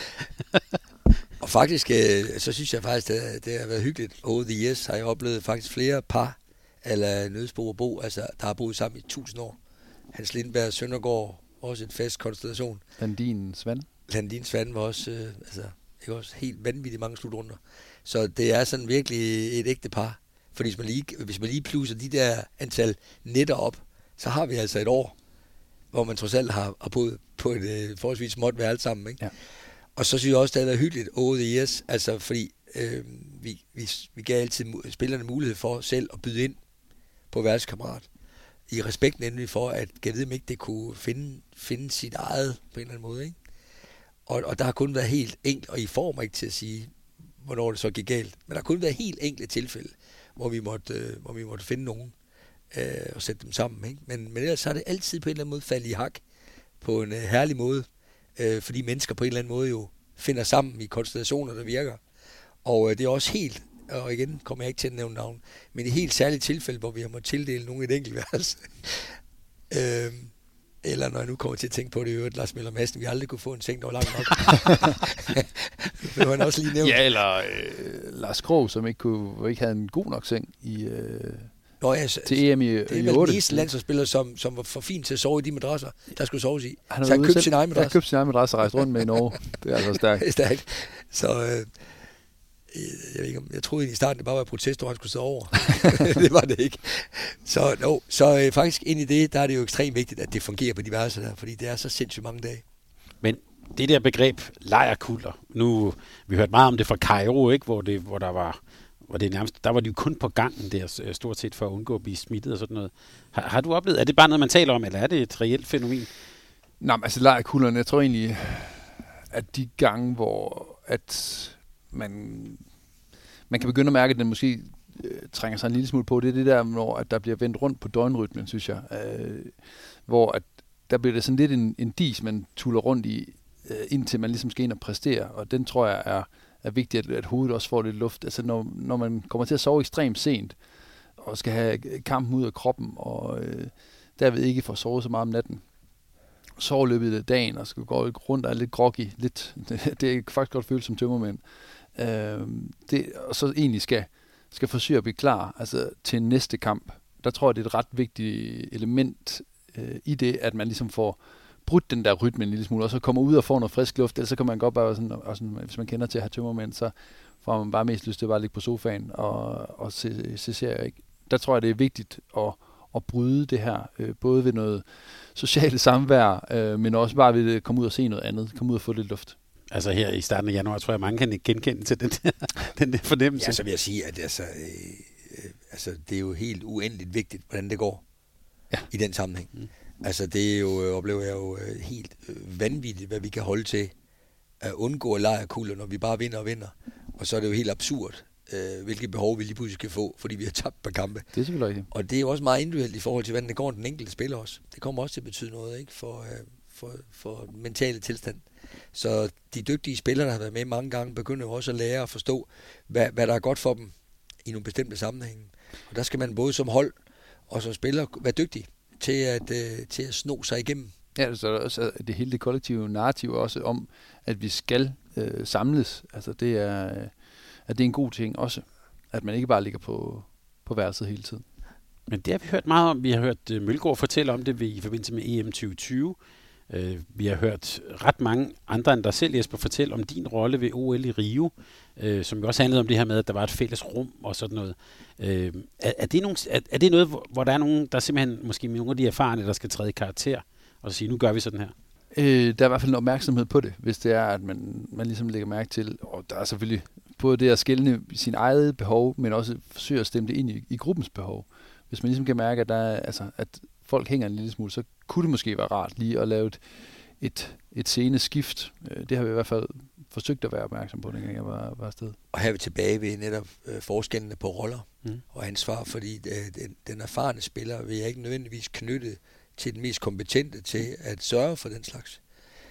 Og faktisk, øh, så synes jeg faktisk, det, det har været hyggeligt. Over the years har jeg oplevet faktisk flere par, eller Nødsbo og Bo, altså, der har boet sammen i tusind år. Hans Lindberg, Søndergaard, også en fast konstellation. Landin Svand? Landin Svand var også, øh, altså, Ikke også? Helt vanvittigt mange slutrunder. Så det er sådan virkelig et ægte par. Fordi hvis man lige, hvis man lige plusser de der antal netter op, så har vi altså et år, hvor man trods alt har, har boet på et øh, forholdsvis småt værelse sammen. Ikke? Ja. Og så synes jeg også, det er hyggeligt over the years, altså fordi øh, vi, vi, vi gav altid spillerne mulighed for selv at byde ind på værelseskammerat. I respekt nemlig for, at jeg ved ikke, det kunne finde, finde sit eget på en eller anden måde. Ikke? Og, og der har kun været helt enkelt, og I får mig ikke til at sige, hvornår det så gik galt, men der har kun været helt enkle tilfælde, hvor vi måtte, øh, hvor vi måtte finde nogen øh, og sætte dem sammen. Ikke? Men, men ellers har det altid på en eller anden måde faldet i hak på en øh, herlig måde, øh, fordi mennesker på en eller anden måde jo finder sammen i konstellationer, der virker. Og øh, det er også helt, og igen kommer jeg ikke til at nævne navn, men i helt særlige tilfælde, hvor vi har måttet tildele nogen et enkelt værelse. øh, Eller når jeg nu kommer til at tænke på det i øvrigt, Lars Møller Madsen, vi aldrig kunne få en seng, der var langt nok. Det var han også lige nævnt. Ja, eller øh, Lars Krog, som ikke, kunne, ikke havde en god nok seng i, øh, Nå, ja, så, til E M i, det er i vel otte. den eneste landsholdsspiller, som, som var for fint til at sove i de madrasser, der skulle soves i. Han så han købte sin egen madras. Han købte sin egen madras og rejste rundt med i Norge. Det er altså stærkt. stærkt. Så øh, jeg, ved ikke, jeg troede egentlig i starten, det bare var et protest, hvor han skulle sidde over. Det var det ikke. Så, no, så øh, faktisk ind i det, der er det jo ekstremt vigtigt, at det fungerer på de værelser der, fordi det er så sindssygt mange dage. Men det der begreb lejrkulter, nu vi hørte meget om det fra Cairo, ikke, hvor det hvor der var hvor det nærmest der var de jo kun på gangen der stort set for at undgå at blive smittet og sådan noget. Har, har du oplevet, er det bare noget man taler om, eller er det et reelt fænomen? Nej, men altså lejrkulterne, jeg tror egentlig, at de gange hvor at man man kan begynde at mærke, at den måske øh, trænger sig en lille smule på, det er det der, når at der bliver vendt rundt på døgnrytmen, synes jeg. Øh, hvor at der bliver det sådan lidt en, en dis, man tuller rundt i, øh, indtil man ligesom skal ind og præstere, og den tror jeg er, er vigtigt, at, at hovedet også får lidt luft. Altså når, når man kommer til at sove ekstremt sent, og skal have kampen ud af kroppen, og øh, derved ikke får sovet så meget om natten, sover løbet af dagen, og skal gå rundt og er lidt groggy, lidt, det, det er faktisk godt føles som tømmermænd. Øh, det, og så egentlig skal, skal forsøge at blive klar altså, til næste kamp. Der tror jeg, det er et ret vigtigt element øh, i det, at man ligesom får brudt den der rytme en lille smule, og så kommer ud og får noget frisk luft, ellers så kan man godt bare sådan, og sådan, hvis man kender til at have tømmermænd, så får man bare mest lyst til at bare ligge på sofaen og, og se, se serier, ikke? Der tror jeg, det er vigtigt at, at bryde det her, øh, både ved noget socialt samvær, øh, men også bare ved at komme ud og se noget andet, komme ud og få lidt luft. Altså her i starten af januar, tror jeg, mange kan ikke genkende til den der, den der fornemmelse. Ja, så vil jeg sige, at altså, øh, øh, altså, det er jo helt uendeligt vigtigt, hvordan det går ja. I den sammenhæng. Mm. Altså det er jo, oplever jeg jo helt vanvittigt, hvad vi kan holde til at undgå at lejrkulter, når vi bare vinder og vinder. Og så er det jo helt absurd, øh, hvilke behov vi lige pludselig skal få, fordi vi har tabt på kampe. Det er selvfølgelig ikke. Og det er jo også meget individuelt i forhold til, hvordan det går den enkelte spiller også. Det kommer også til at betyde noget, ikke, for, øh, for, for mentale tilstand. Så de dygtige spillere, der har været med mange gange, begynder jo også at lære at forstå, hvad, hvad der er godt for dem i nogle bestemte sammenhænge. Og der skal man både som hold og som spiller være dygtig til at, øh, til at sno sig igennem. Ja, så er også det hele det kollektive narrativ også om, at vi skal øh, samles. Altså det er, at det er en god ting også, at man ikke bare ligger på, på værelset hele tiden. Men det har vi hørt meget om. Vi har hørt uh, Mølgaard fortælle om det ved, i forbindelse med E M tyve tyve. Uh, vi har hørt ret mange andre end dig selv, Jesper, fortælle om din rolle ved O L i Rio, uh, som jo også handlede om det her med, at der var et fælles rum og sådan noget. Uh, er, er, det nogle, er, er det noget, hvor, hvor der er nogen, der simpelthen, måske med nogle af de erfarne, der skal træde i karakter og sige, nu gør vi sådan her? Øh, der er i hvert fald en opmærksomhed på det, hvis det er, at man, man ligesom lægger mærke til, og der er selvfølgelig både det at skelne sin eget behov, men også forsøge at stemme det ind i, i gruppens behov. Hvis man ligesom kan mærke, at, der er, altså, at folk hænger en lille smule, så kunne det måske være rart lige at lave et, et, et sene skift. Det har vi i hvert fald forsøgt at være opmærksom på, dengang jeg var, var afsted. Og her er vi tilbage ved netop øh, forskellene på roller mm. og ansvar, fordi øh, den, den erfarne spiller vil jeg ikke nødvendigvis knytte til den mest kompetente til at sørge for den slags.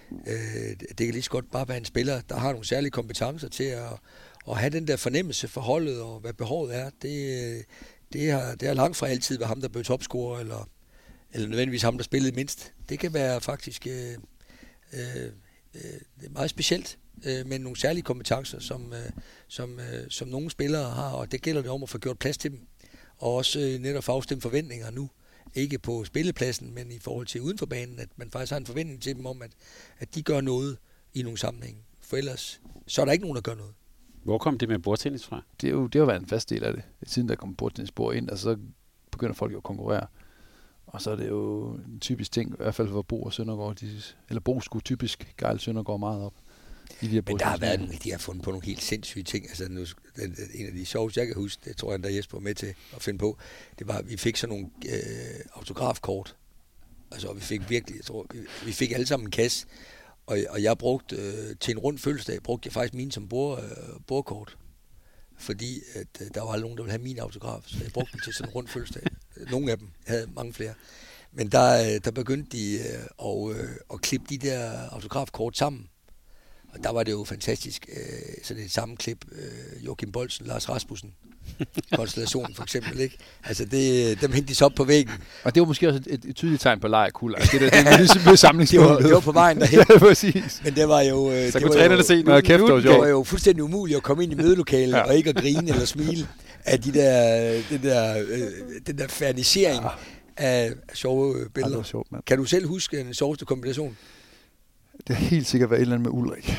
Øh, det kan lige så godt bare være en spiller, der har nogle særlige kompetencer til at, at have den der fornemmelse for holdet og hvad behovet er. Det, det, har, det har langt fra altid været ham, der blev topscorer, eller, eller nødvendigvis ham, der spillede mindst. Det kan være faktisk øh, øh, øh, meget specielt, øh, med nogle særlige kompetencer, som, øh, som, øh, som nogle spillere har, og det gælder det om at få gjort plads til dem. Og også øh, netop få afstemt forventninger nu. Ikke på spillepladsen, men i forhold til uden for banen, at man faktisk har en forventning til dem om, at, at de gør noget i nogle sammenhænge. for ellers så er der ikke nogen, der gør noget. Hvor kom det med bordtennis fra? Det er jo, det har jo været en fast del af det. Siden der kom bordtennisbord ind, altså så begynder folk jo at konkurrere. Og så er det jo en typisk ting, i hvert fald for Bo og Søndergaard, de, eller Bo skulle typisk gejle Søndergaard meget op. I de Men der har været nogle, de har fundet på nogle helt sindssyge ting. Altså nu, den, en af de sjoveste, jeg kan huske, det tror jeg, der Jesper var med til at finde på, det var, at vi fik sådan nogle øh, autografkort. Altså vi fik virkelig, jeg tror, vi, vi fik alle sammen en kasse, og, og jeg brugte øh, til en rund fødselsdag, brugte jeg faktisk mine som bord, øh, bordkort. Fordi at, øh, der var aldrig nogen, der ville have min autograf, så jeg brugte dem til sådan en rund fødselsdag. Nogle af dem, jeg havde mange flere. Men der, der begyndte de øh, at, øh, at klippe de der autografkort sammen. Og der var det jo fantastisk. Øh, sådan et sammenklip. Øh, Joachim Bolsen, Lars Rasmussen. Konstellationen for eksempel, ikke? Altså, det, dem hængte de så op på væggen. Og det var måske også et, et tydeligt tegn på lejrkulder. Altså, det, det, det, det, det, samlingspunkt. det, var, det var på vejen derhen. Ja, præcis. Men det var jo... Øh, så det kunne var trænerne jo, se nu. Nå, kæft, det var, det var jo fuldstændig umuligt at komme ind i mødelokalet ja. og ikke at grine eller smile af de der, den der, øh, den der fernisering ja. af sjove billeder. Ja, det sjovt, mand. Kan du selv huske den sjoveste kombination? Det har helt sikkert været et eller andet med Ulrik.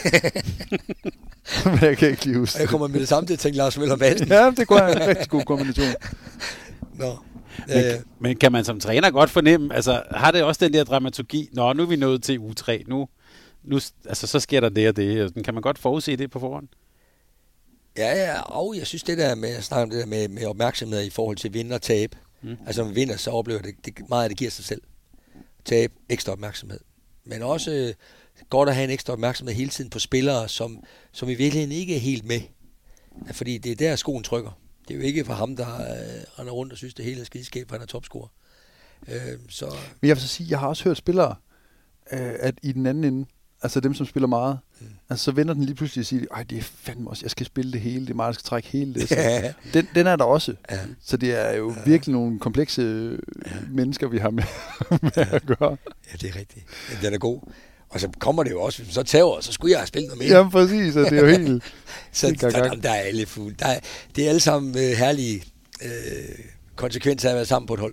Men jeg kan ikke lige huske. Jeg kommer med det samme til at tænke Lars Møller Madsen. Ja, det kunne være en rigtig god kombination. Nå. Men, øh. men kan man som træner godt fornemme, altså har det også den der dramaturgi, nå, nu er vi nået til uge tre, nu, nu altså, så sker der det og det. Kan man godt forudse det på forhånd? Ja, ja, og jeg synes det der med at snakke om det der med, med opmærksomhed i forhold til vinde og tab. Mm. Altså når man vinder, så oplever det, det meget af det giver sig selv. Tab, ekstra opmærksomhed. Men også øh, godt at have en ekstra opmærksomhed hele tiden på spillere, som, som i virkeligheden ikke er helt med. Ja, fordi det er der skoen trykker. Det er jo ikke for ham, der øh, render rundt og synes, det hele er skideskæbt, for han er topscorer. Øh, så. Men jeg vil så sige, jeg har også hørt spillere, øh, at i den anden ende, altså dem, som spiller meget, mm. altså så vender den lige pludselig og siger, ej, det er fandme også, jeg skal spille det hele, det er mig, der skal trække hele det. Ja. Den, den er der også. Ja. Så det er jo ja. virkelig nogle komplekse ja. mennesker, vi har med, med ja. at gøre. Ja, det er rigtigt. Ja, den er god. Og så kommer det jo også, hvis man så tager, så skulle jeg have spillet noget mere. Jamen præcis, og det er jo helt... så helt der, der, der er alle fulde. Der er, det er alle sammen øh, herlige øh, konsekvenser af at være sammen på et hold.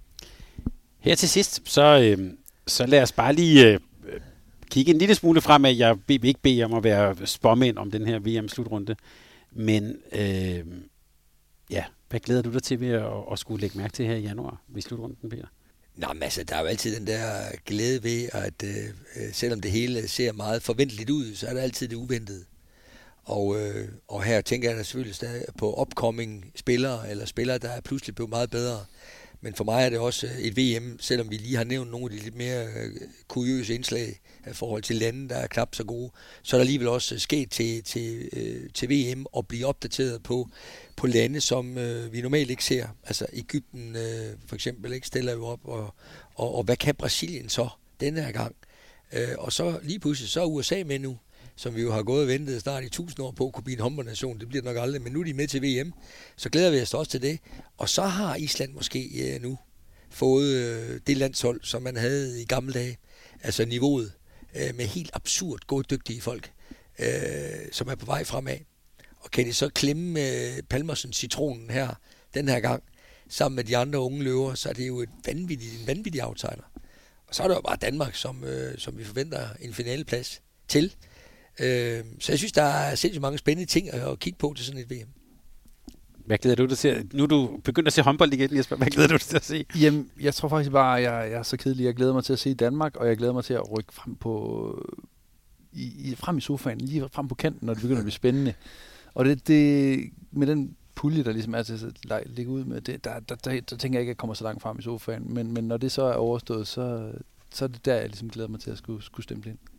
Her til sidst, så, øh, så lad os bare lige øh, kigge en lille smule fremad. Jeg vil ikke bede om at være spåmænd om den her V M-slutrunde. Men øh, ja, hvad glæder du dig til ved at, at skulle lægge mærke til her i januar ved slutrunden, Peter? Nå, men altså, der er jo altid den der glæde ved, at øh, selvom det hele ser meget forventeligt ud, så er der altid det uventede. Og, øh, og her tænker jeg da selvfølgelig stadig på upcoming spillere, eller spillere, der er pludselig blevet meget bedre. Men for mig er det også et V M, selvom vi lige har nævnt nogle af de lidt mere øh, kuriøse indslag i forhold til lande, der er knap så gode, så er der alligevel også sket til, til, øh, til V M at blive opdateret på, på lande, som øh, vi normalt ikke ser. Altså Egypten øh, for eksempel ikke stiller jo op, og, og, og hvad kan Brasilien så denne her gang? Øh, og så lige pludselig, så er U S A med nu, som vi jo har gået og ventet snart i tusind år på, kunne blive en håndboldnation. Det bliver det nok aldrig, men nu er de med til V M, så glæder vi os også til det. Og så har Island måske øh, nu fået øh, det landshold, som man havde i gamle dage, altså niveauet, øh, med helt absurd gode, dygtige folk, øh, som er på vej fremad. Og kan de så klemme øh, Palmersen citronen her, den her gang, sammen med de andre unge løver, så er det jo et vanvittigt, en vanvittig outsider. Og så er det jo bare Danmark, som, øh, som vi forventer en finaleplads til. Øh, så jeg synes, der er sindssygt mange spændende ting at kigge på til sådan et V M. Hvad glæder du dig til? Nu er du begyndt at se håndbold igen, Jesper. Hvad glæder du dig til at se? Jamen, jeg tror faktisk bare, at jeg, jeg er så kedelig. Jeg glæder mig til at se Danmark, og jeg glæder mig til at rykke frem på i, i, frem i sofaen, lige frem på kanten, når det begynder at blive spændende. Og det, det med den pulje, der ligesom er til at ligge ud med, det, der, der, der, der tænker jeg ikke, at jeg kommer så langt frem i sofaen. Men, men når det så er overstået, så, så er det der, jeg ligesom glæder mig til at skulle, skulle stemple ind.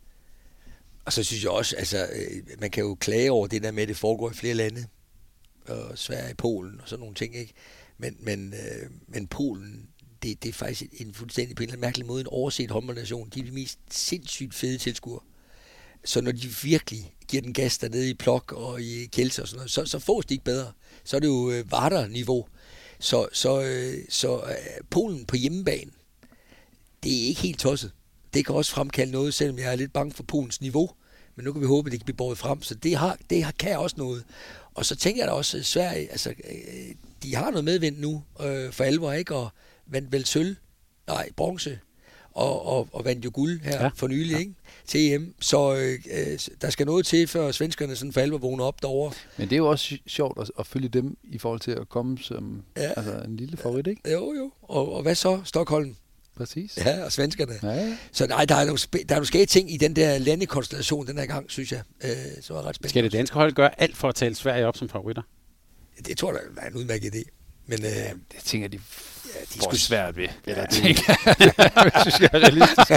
Og så synes jeg også, altså, man kan jo klage over det der med, at det foregår i flere lande. Og Sverige, Polen og sådan nogle ting, ikke? Men, men, øh, men Polen, det, det er faktisk en fuldstændig på en eller anden mærkelig måde en overset håndboldnation. De er de mest sindssygt fede tilskuere. Så når de virkelig giver den gas dernede i Plok og i Kielce og sådan noget, så, så fås de ikke bedre. Så er det jo øh, Vardar-niveau. Så, så, øh, så øh, Polen på hjemmebane, det er ikke helt tosset. Det kan også fremkalde noget, selvom jeg er lidt bange for Polens niveau. Men nu kan vi håbe, at det kan blive båret frem. Så det, har, det har, kan også noget. Og så tænker jeg da også, at Sverige, altså, øh, de har noget medvind nu øh, for alvor, ikke? Og vandt vel sølv, nej, bronze. og, og, og vandt jo guld her ja. for nylig, ja. ikke? Til E M. Så øh, der skal noget til, før svenskerne sådan for alvor vågner op derovre. Men det er jo også sjovt at, at følge dem i forhold til at komme som ja. altså en lille favorit, ikke? Jo, jo. Og, og hvad så? Stockholm? Præcis. Ja, og svenskerne. Ja. Så nej, der er nogle, sp- der er nogle skæge ting i den der landekonstellation den her gang, synes jeg. Øh, så er ret spændende. Skal det danske hold gøre alt for at tale Sverige op som favoritter? Det tror jeg er en udmærket idé. Men øh, ja, det tænker de, ja, de får svært ved. Eller det tænker jeg, synes jeg er realistisk.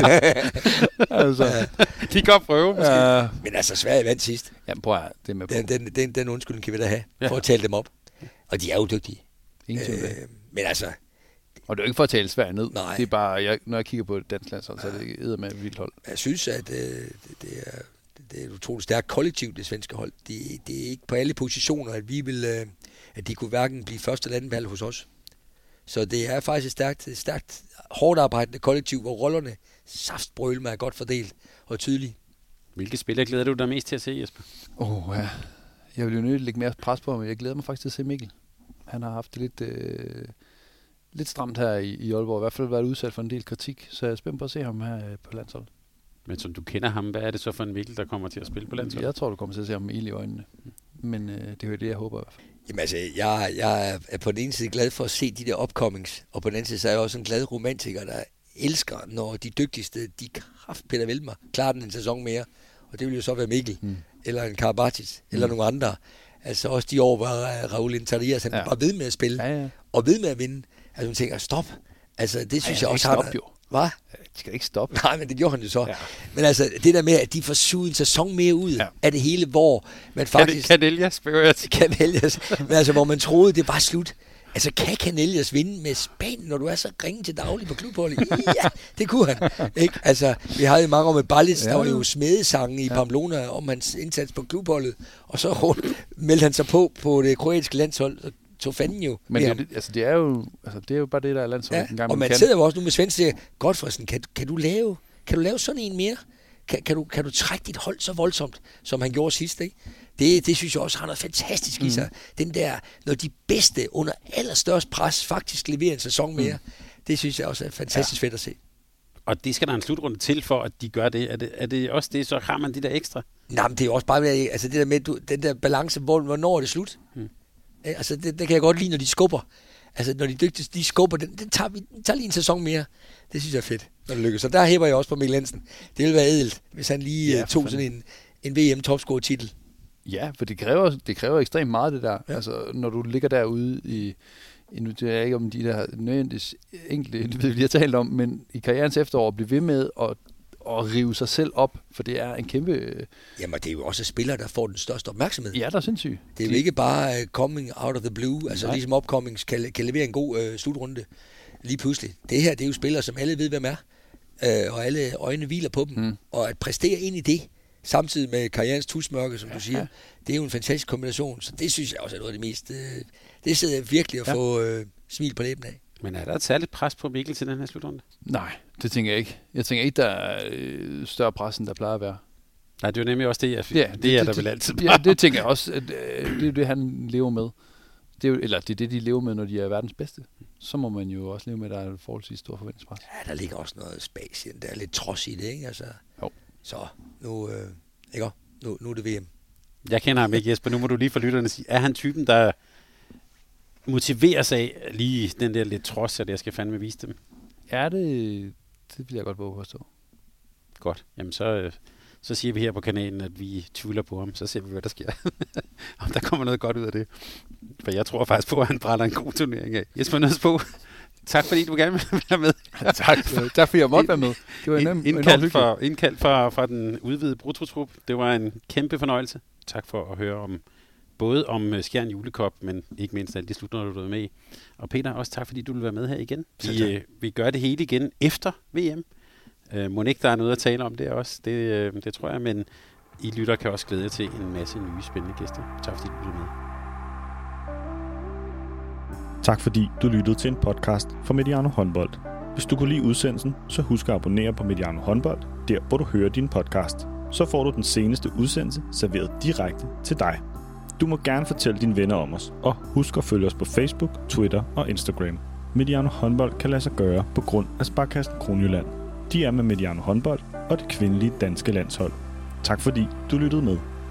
altså, ja. De kan prøve, måske. Ja. Men altså, Sverige vandt sidst. Ja, prøv at det er med på. Den, den, den, den undskyldning kan vi da have, ja. for at tale dem op. Og de er jo dygtige. Ingen tvivl. Øh, men altså... Og det er jo ikke for at tale Sverige ned. Nej. Det er bare, jeg, når jeg kigger på et dansk landshold, så er det edder med et vildt hold. Jeg synes, at øh, det, det, er, det er et utroligt stærkt kollektiv, det svenske hold. Det, det er ikke på alle positioner, at vi vil... Øh, at de kunne hverken blive første eller anden valg hos os. Så det er faktisk et stærkt, et stærkt hårdt arbejdende kollektiv, hvor rollerne saftbrølme er godt fordelt og tydelige. Hvilke spillere glæder du dig mest til at se, Jesper? Åh, oh, ja. Jeg vil jo nødt lægge mere pres på ham, men jeg glæder mig faktisk til at se Mikkel. Han har haft det lidt, øh, lidt stramt her i, i Aalborg, i hvert fald været udsat for en del kritik, så jeg er spændt på at se ham her øh, på landsholdet. Men som du kender ham, hvad er det så for en Mikkel, der kommer til at spille på landsholdet? Jeg tror, du kommer til at se ham med ild i øjnene. Men øh, det er jo det, jeg håber i hvert fald. Jamen altså, jeg, jeg er på den ene side glad for at se de der upcomings, og på den anden side så er jeg også en glad romantiker, der elsker, når de dygtigste, de kraft Peter Velmer, klarer den en sæson mere. Og det vil jo så være Mikkel, mm. eller en Karabatic, mm. eller nogle andre. Altså også de år, hvor Raul Intarias, han ja. var ved med at spille, ja, ja. og ved med at vinde. Altså man tænker, stop. Altså det synes ja, jeg også har... Jo. Hvad? De skal ikke stoppe. Nej, men det gjorde han jo så. Ja. Men altså, det der med, at de får suget en sæson mere ud ja. af det hele, hvor man faktisk... Canellas, spørger jeg til. Canellas. Men altså, hvor man troede, det var slut. Altså, kan Canellas vinde med Spanien, når du er så ringe til daglig på klubholdet? Ja, det kunne han. Ikke? Altså, vi havde jo mange år med Ballis, ja, der var jo smedesange i ja. Pamplona om hans indsats på klubholdet, og så rundt, meldte han sig på på det kroatiske landshold, og tog fanden jo. Men det, altså, det, er jo, altså, det er jo bare det, der er landsholdet ja, en gang. Og man kan. sidder jo også nu med Svend siger, Godfredsen, kan, kan, du lave, kan du lave sådan en mere? Kan, kan, du, kan du trække dit hold så voldsomt, som han gjorde sidst, ikke? Det, det synes jeg også har noget fantastisk mm. i sig. Den der, når de bedste under allerstørst pres faktisk leverer en sæson mere, mm. det synes jeg også er fantastisk ja. fedt at se. Og det skal der en slutrunde til for, at de gør det. Er det, er det også det, så har man de der ekstra? Nej, men det er jo også bare altså det der med, du, den der balance, hvor, hvornår er det slut? Mm. Altså det, det kan jeg godt lide, når de skubber. Altså når de dygtigste, de skubber, den, den, tager vi, den tager lige en sæson mere. Det synes jeg er fedt, når det lykkes. Så der hæber jeg også på Mikkel Hansen. Det ville være ædelt, hvis han lige ja, tog sådan en, en V M-topscore-titel. Ja, for det kræver, det kræver ekstremt meget, det der. Ja. Altså, når du ligger derude i, nu det er ikke om de der nødvendigvis enkelte, det ved vi lige har talt om, men i karrierens efterår at blive ved med at, at rive sig selv op, for det er en kæmpe... Jamen, det er jo også spillere, der får den største opmærksomhed. Ja, der er sindssygt. Det er jo ikke bare uh, coming out of the blue, altså Nej. ligesom upcomings kan, kan levere en god uh, slutrunde lige pludselig. Det her, det er jo spillere, som alle ved, hvem er, uh, og alle øjne hviler på dem, mm. og at præstere ind i det, samtidig med karrierens tusmørke, som ja, du siger, ja. det er jo en fantastisk kombination, så det synes jeg også er noget af det mest, øh, det sidder jeg virkelig at ja. få øh, smil på læben af. Men er der et særligt pres på Mikkel til den her slutrunde? Nej, det tænker jeg ikke. Jeg tænker ikke, der er øh, større pres, end der plejer at være. Nej, det er jo nemlig også det, jeg ja, det, det er der vel altid. Ja, det tænker jeg også, at øh, det er det, han lever med. Det er jo, eller det er det, de lever med, når de er verdens bedste. Så må man jo også leve med, at der er et forholdsvis stor forventningspres. Ja, der ligger også noget spas i den. Der er lidt trods i det, ikke? Altså, jo. Så nu, øh, ikke? Nu, nu er det V M. Jeg kender ham ikke, Jesper. Nu må du lige for lytterne sige, er han typen, der motiverer sig af lige den der lidt trods, at jeg skal fandme vise dem? Ja, det, det vil jeg godt våge forstå. Godt. Jamen så, så siger vi her på kanalen, at vi tvivler på ham. Så ser vi, hvad der sker. Om der kommer noget godt ud af det. For jeg tror faktisk på, at han brænder en god turnering af. Jesper Nødsbo, tak fordi du gerne ville være med. tak, tak fordi jeg måtte være med. Det var enormt indkaldt for, indkaldt for, for den udvidede brutotrup. Det var en kæmpe fornøjelse. Tak for at høre om både om Skjern Julekop, men ikke mindst alle de slutrunder, du var med i. Og Peter, også tak fordi du vil være med her igen. Vi, øh, vi gør det hele igen efter V M. Øh, må ikke der er noget at tale om det også. Det, øh, det tror jeg, men I lytter kan også glæde jer til en masse nye spændende gæster. Tak fordi du blev med. Tak fordi du lyttede til en podcast fra Mediano Håndbold. Hvis du kunne lide udsendelsen, så husk at abonnere på Mediano Håndbold, der hvor du hører din podcast. Så får du den seneste udsendelse serveret direkte til dig. Du må gerne fortælle dine venner om os, og husk at følge os på Facebook, Twitter og Instagram. Mediano Håndbold kan lade sig gøre på grund af Sparkassen Kronjylland. De er med Mediano håndbold og det kvindelige danske landshold. Tak fordi du lyttede med.